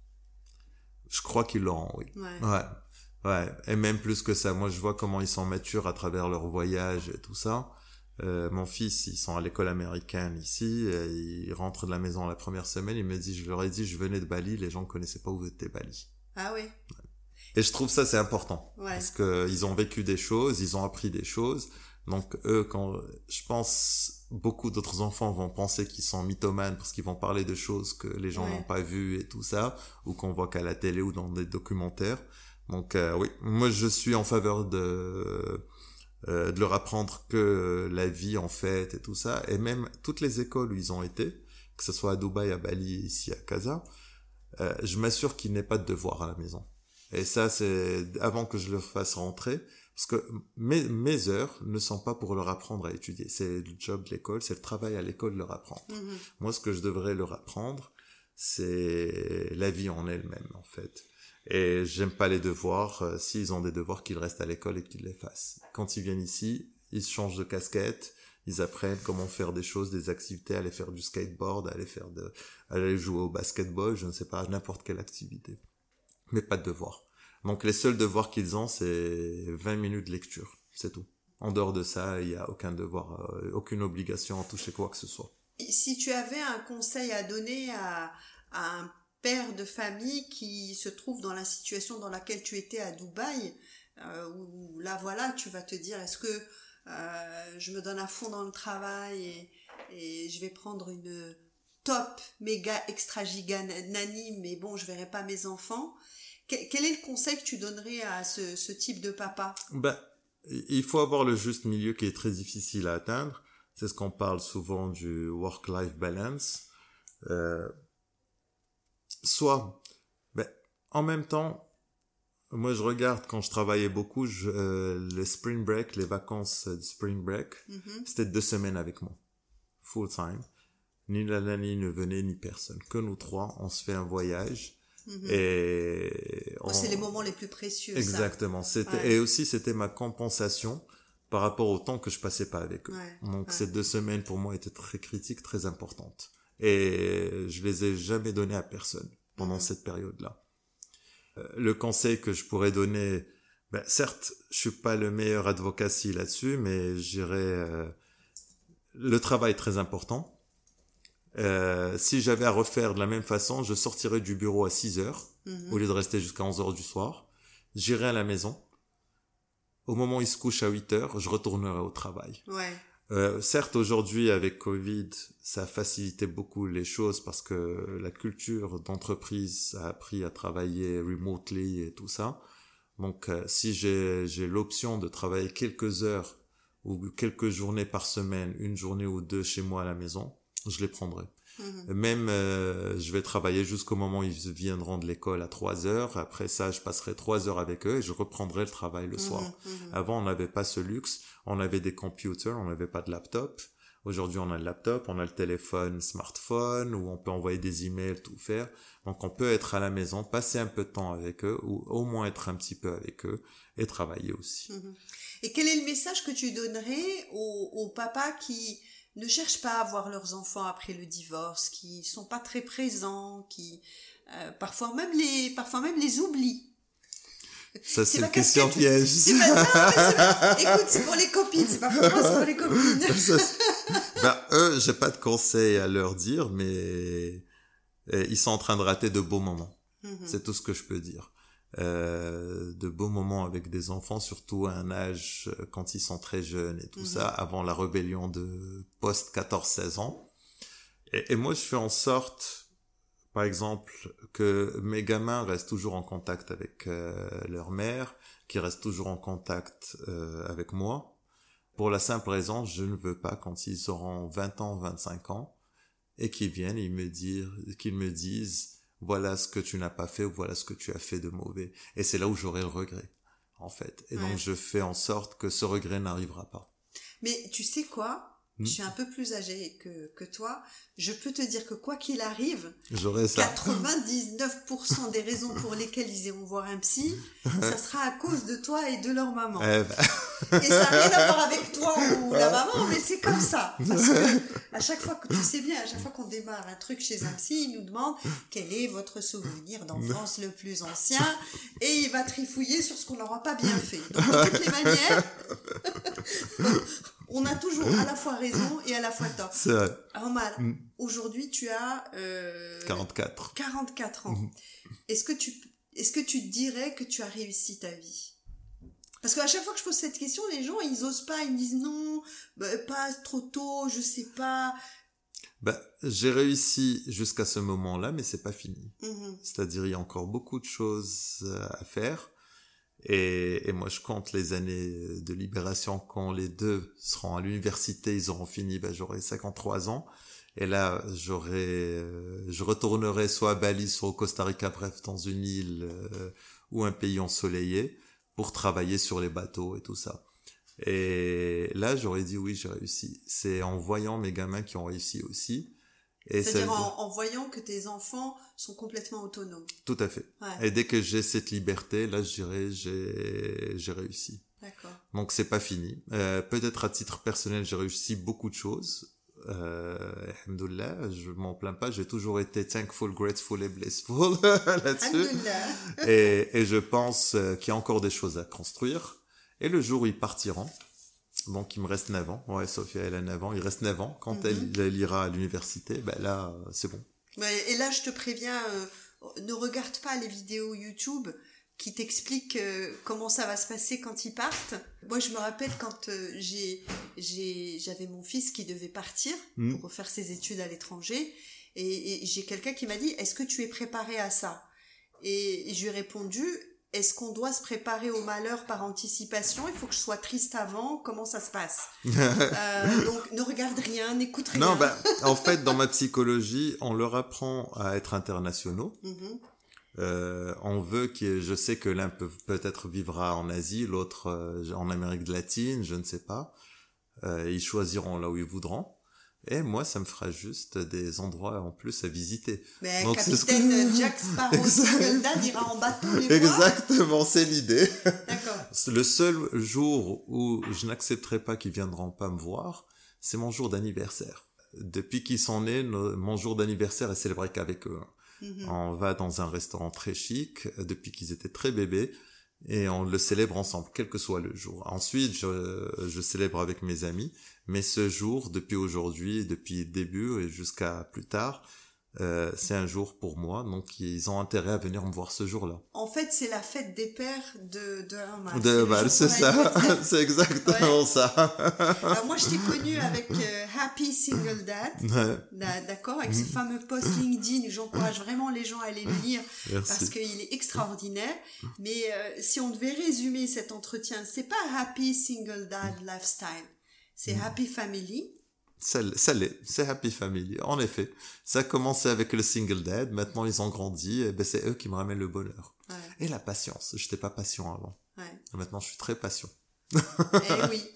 Je crois qu'ils l'auront, oui. Ouais, et même plus que ça. Moi, je vois comment ils sont matures à travers leur voyage et tout ça. Mon fils, ils sont à l'école américaine ici. Ils rentrent de la maison la première semaine. Je leur ai dit, je venais de Bali. Les gens ne connaissaient pas où était Bali. Ah oui. Ouais. Et je trouve ça, c'est important. Ouais. Parce que ils ont vécu des choses, ils ont appris des choses. Donc, eux, je pense, beaucoup d'autres enfants vont penser qu'ils sont mythomanes parce qu'ils vont parler de choses que les gens n'ont pas vues et tout ça, ou qu'on voit qu'à la télé ou dans des documentaires. Donc oui, moi je suis en faveur de leur apprendre que la vie en fait et tout ça, et même toutes les écoles où ils ont été, que ce soit à Dubaï, à Bali, ici à Casa, je m'assure qu'ils n'aient pas de devoirs à la maison. Et ça, c'est avant que je leur fasse rentrer, parce que mes heures ne sont pas pour leur apprendre à étudier. C'est le job de l'école, c'est le travail à l'école de leur apprendre. Moi, ce que je devrais leur apprendre, c'est la vie en elle-même, en fait. Et j'aime pas les devoirs. S'ils ont des devoirs, qu'ils restent à l'école et qu'ils les fassent. Quand ils viennent ici, ils se changent de casquette, ils apprennent comment faire des choses, des activités, aller faire du skateboard, aller jouer au basketball, je ne sais pas, n'importe quelle activité. Mais pas de devoirs. Donc les seuls devoirs qu'ils ont, c'est 20 minutes de lecture. C'est tout. En dehors de ça, il n'y a aucun devoir, aucune obligation à toucher quoi que ce soit. Si tu avais un conseil à donner à un père de famille qui se trouve dans la situation dans laquelle tu étais à Dubaï, où là voilà, tu vas te dire est-ce que je me donne à fond dans le travail et je vais prendre une top, méga, extra giga nanny, mais bon, je verrai pas mes enfants. Quel est le conseil que tu donnerais à ce type de papa? Il faut avoir le juste milieu qui est très difficile à atteindre. C'est ce qu'on parle souvent du work-life balance. En même temps, moi je regarde quand je travaillais beaucoup, le spring break, les vacances de spring break, c'était 2 semaines avec moi, full time. Ni la nanny ne venait, ni personne. Que nous 3, on se fait un voyage. Et c'est les moments les plus précieux. Exactement. Et aussi, c'était ma compensation par rapport au temps que je passais pas avec eux. Donc, ces 2 semaines, pour moi, étaient très critiques, très importantes. Et je les ai jamais données à personne pendant cette période-là. Le conseil que je pourrais donner, certes, je suis pas le meilleur advocacy là-dessus, mais je dirais, le travail est très important. Si j'avais à refaire de la même façon, je sortirais du bureau à 6h, au lieu de rester jusqu'à 11h du soir. J'irais à la maison. Au moment où il se couche à 8h, je retournerai au travail. Certes, aujourd'hui, avec Covid, ça a facilité beaucoup les choses parce que la culture d'entreprise a appris à travailler remotely et tout ça. Donc, si j'ai l'option de travailler quelques heures ou quelques journées par semaine, 1 journée ou 2 chez moi à la maison, je les prendrai. Même, je vais travailler jusqu'au moment où ils viendront de l'école à 3h. Après ça, je passerai 3 heures avec eux et je reprendrai le travail le soir. Avant, on n'avait pas ce luxe. On avait des computers, on n'avait pas de laptop. Aujourd'hui, on a le laptop, on a le téléphone, smartphone, où on peut envoyer des emails, tout faire. Donc, on peut être à la maison, passer un peu de temps avec eux, ou au moins être un petit peu avec eux, et travailler aussi. Et quel est le message que tu donnerais aux papas qui ne cherchent pas à voir leurs enfants après le divorce, qui sont pas très présents, qui parfois même les oublient? Ça, c'est une question piège. Écoute, c'est pour les copines, c'est pas pour moi, c'est pour les copines. Eux, j'ai pas de conseils à leur dire, mais ils sont en train de rater de beaux moments. C'est tout ce que je peux dire. De beaux moments avec des enfants, surtout à un âge quand ils sont très jeunes et tout ça, avant la rébellion de post 14-16 ans. Et moi, je fais en sorte, par exemple, que mes gamins restent toujours en contact avec leur mère, qu'ils restent toujours en contact avec moi. Pour la simple raison, je ne veux pas, quand ils auront 20 ans, 25 ans, et qu'ils viennent, qu'ils me disent voilà ce que tu n'as pas fait ou voilà ce que tu as fait de mauvais. Et c'est là où j'aurai le regret, en fait. Et donc, je fais en sorte que ce regret n'arrivera pas. Mais tu sais quoi ? Je suis un peu plus âgée que toi. Je peux te dire que quoi qu'il arrive, 99% des raisons pour lesquelles ils iront voir un psy, ça sera à cause de toi et de leur maman. Et ça n'a rien à voir avec toi ou la maman, mais c'est comme ça. Parce que à chaque fois que tu sais bien, à chaque fois qu'on démarre un truc chez un psy, il nous demande quel est votre souvenir d'enfance le plus ancien, et il va trifouiller sur ce qu'on n'aura pas bien fait. Donc de toutes les manières, on a toujours à la fois raison et à la fois tort. C'est vrai. Omar, aujourd'hui tu as 44 ans. Est-ce que tu te dirais que tu as réussi ta vie? Parce qu'à chaque fois que je pose cette question, les gens ils osent pas, ils me disent non, pas trop tôt, je sais pas. J'ai réussi jusqu'à ce moment-là, mais c'est pas fini. C'est-à-dire il y a encore beaucoup de choses à faire. Et moi, je compte les années de libération quand les deux seront à l'université, ils auront fini, j'aurai 53 ans. Et là, je retournerai soit à Bali, soit au Costa Rica, bref, dans une île ou un pays ensoleillé pour travailler sur les bateaux et tout ça. Et là, j'aurais dit oui, j'ai réussi. C'est en voyant mes gamins qui ont réussi aussi. Et c'est-à-dire en voyant que tes enfants sont complètement autonomes. Tout à fait. Et dès que j'ai cette liberté, là, je dirais, j'ai réussi. D'accord. Donc, c'est pas fini. Peut-être à titre personnel, j'ai réussi beaucoup de choses. Alhamdoulilah, je m'en plains pas. J'ai toujours été thankful, grateful et blissful là-dessus. Et je pense qu'il y a encore des choses à construire. Et le jour où ils partiront, donc il me reste 9 ans, ouais, Sophia elle a 9 ans, il reste 9 ans, quand elle ira à l'université, ben là, c'est bon. Ouais, et là, je te préviens, ne regarde pas les vidéos YouTube qui t'expliquent comment ça va se passer quand ils partent. Moi, je me rappelle quand j'avais mon fils qui devait partir pour faire ses études à l'étranger, et j'ai quelqu'un qui m'a dit « Est-ce que tu es préparé à ça ?» Et je lui ai répondu « Est-ce qu'on doit se préparer au malheur par anticipation ? Il faut que je sois triste avant. Comment ça se passe ?» Donc, ne regarde rien, n'écoute rien. Non, en fait, dans ma psychologie, on leur apprend à être internationaux. On veut je sais que l'un peut-être vivra en Asie, l'autre en Amérique latine, je ne sais pas. Ils choisiront là où ils voudront. Et moi, ça me fera juste des endroits en plus à visiter. Mais donc, capitaine Jack Sparrow Single Dad ira en bateau les voir. Exactement, c'est l'idée. D'accord. Le seul jour où je n'accepterai pas qu'ils viendront pas me voir, c'est mon jour d'anniversaire. Depuis qu'ils sont nés, mon jour d'anniversaire est célébré qu'avec eux. On va dans un restaurant très chic depuis qu'ils étaient très bébés et on le célèbre ensemble, quel que soit le jour. Ensuite, je célèbre avec mes amis, mais ce jour, depuis aujourd'hui, depuis le début et jusqu'à plus tard, c'est un jour pour moi, donc ils ont intérêt à venir me voir ce jour-là. En fait, c'est la fête des pères de Amal. C'est ça, c'est exactement ça. Alors moi, je t'ai connu avec Happy Single Dad, d'accord, avec ce fameux post LinkedIn. J'encourage vraiment les gens à aller le lire. Merci. Parce qu'il est extraordinaire. Mais si on devait résumer cet entretien, c'est pas Happy Single Dad Lifestyle, c'est Happy Family. Ça l'est, c'est Happy Family, en effet. Ça a commencé avec le single dad, maintenant ils ont grandi, et ben c'est eux qui me ramènent le bonheur. Ouais. Et la patience, j'étais pas patient avant. Ouais. Maintenant je suis très patient. Eh oui.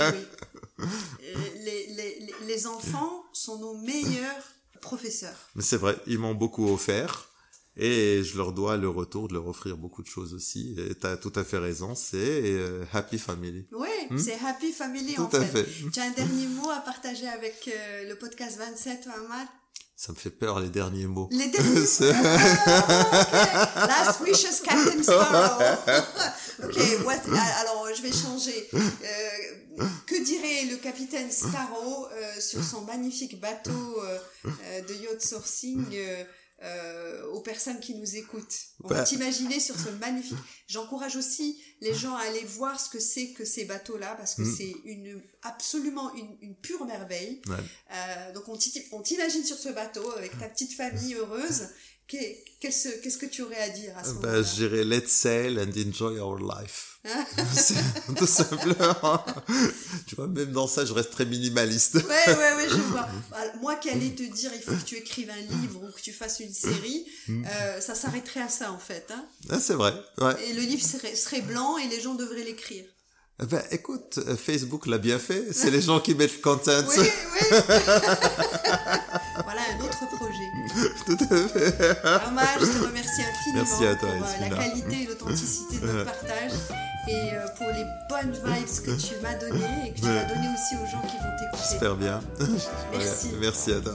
Les enfants sont nos meilleurs professeurs. Mais c'est vrai, ils m'ont beaucoup offert. Et je leur dois le retour de leur offrir beaucoup de choses aussi. Et t'as tout à fait raison, c'est Happy Family. Oui, c'est Happy Family en fait. Tout à fait. Tu as un dernier mot à partager avec le podcast 27, Ahmad? Ça me fait peur, les derniers mots. Les derniers mots? Okay. Last wishes, Captain Sparrow. Alors, je vais changer. Que dirait le capitaine Sparrow sur son magnifique bateau de yacht sourcing aux personnes qui nous écoutent? On va t'imaginer sur ce magnifique... J'encourage aussi les gens à aller voir ce que c'est que ces bateaux-là, parce que c'est absolument une pure merveille. Ouais. Donc on t'imagine sur ce bateau avec ta petite famille heureuse. Qu'est-ce que tu aurais à dire à ce moment-là? Je dirais let's sail and enjoy our life. Tout simplement. Tu vois, même dans ça, je reste très minimaliste. Ouais, je vois. Moi qui allais te dire, il faut que tu écrives un livre ou que tu fasses une série, ça s'arrêterait à ça en fait. Hein. Ah, c'est vrai. Ouais. Et le livre serait blanc et les gens devraient l'écrire. Écoute, Facebook l'a bien fait. C'est les gens qui mettent le content. Oui. Voilà un autre projet. Tout à fait. Ahmad, je te remercie infiniment. Merci à toi, pour la qualité et l'authenticité de notre partage et pour les bonnes vibes que tu m'as données et que tu vas donner aussi aux gens qui vont t'écouter. J'espère bien. Merci. Merci à toi.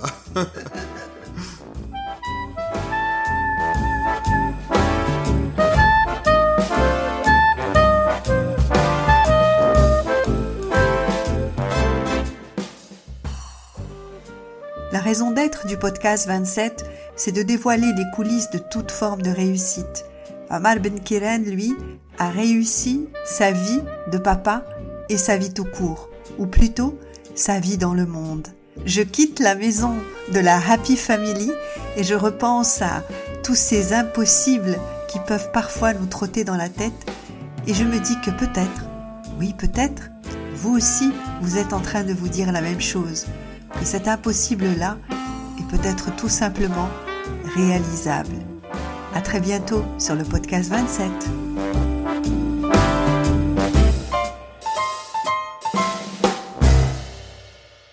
La raison d'être du podcast 27, c'est de dévoiler les coulisses de toute forme de réussite. Omar Benkiran, lui, a réussi sa vie de papa et sa vie tout court, ou plutôt sa vie dans le monde. Je quitte la maison de la Happy Family et je repense à tous ces impossibles qui peuvent parfois nous trotter dans la tête et je me dis que peut-être, vous aussi, vous êtes en train de vous dire la même chose. Et cet impossible-là est peut-être tout simplement réalisable. À très bientôt sur le podcast 27.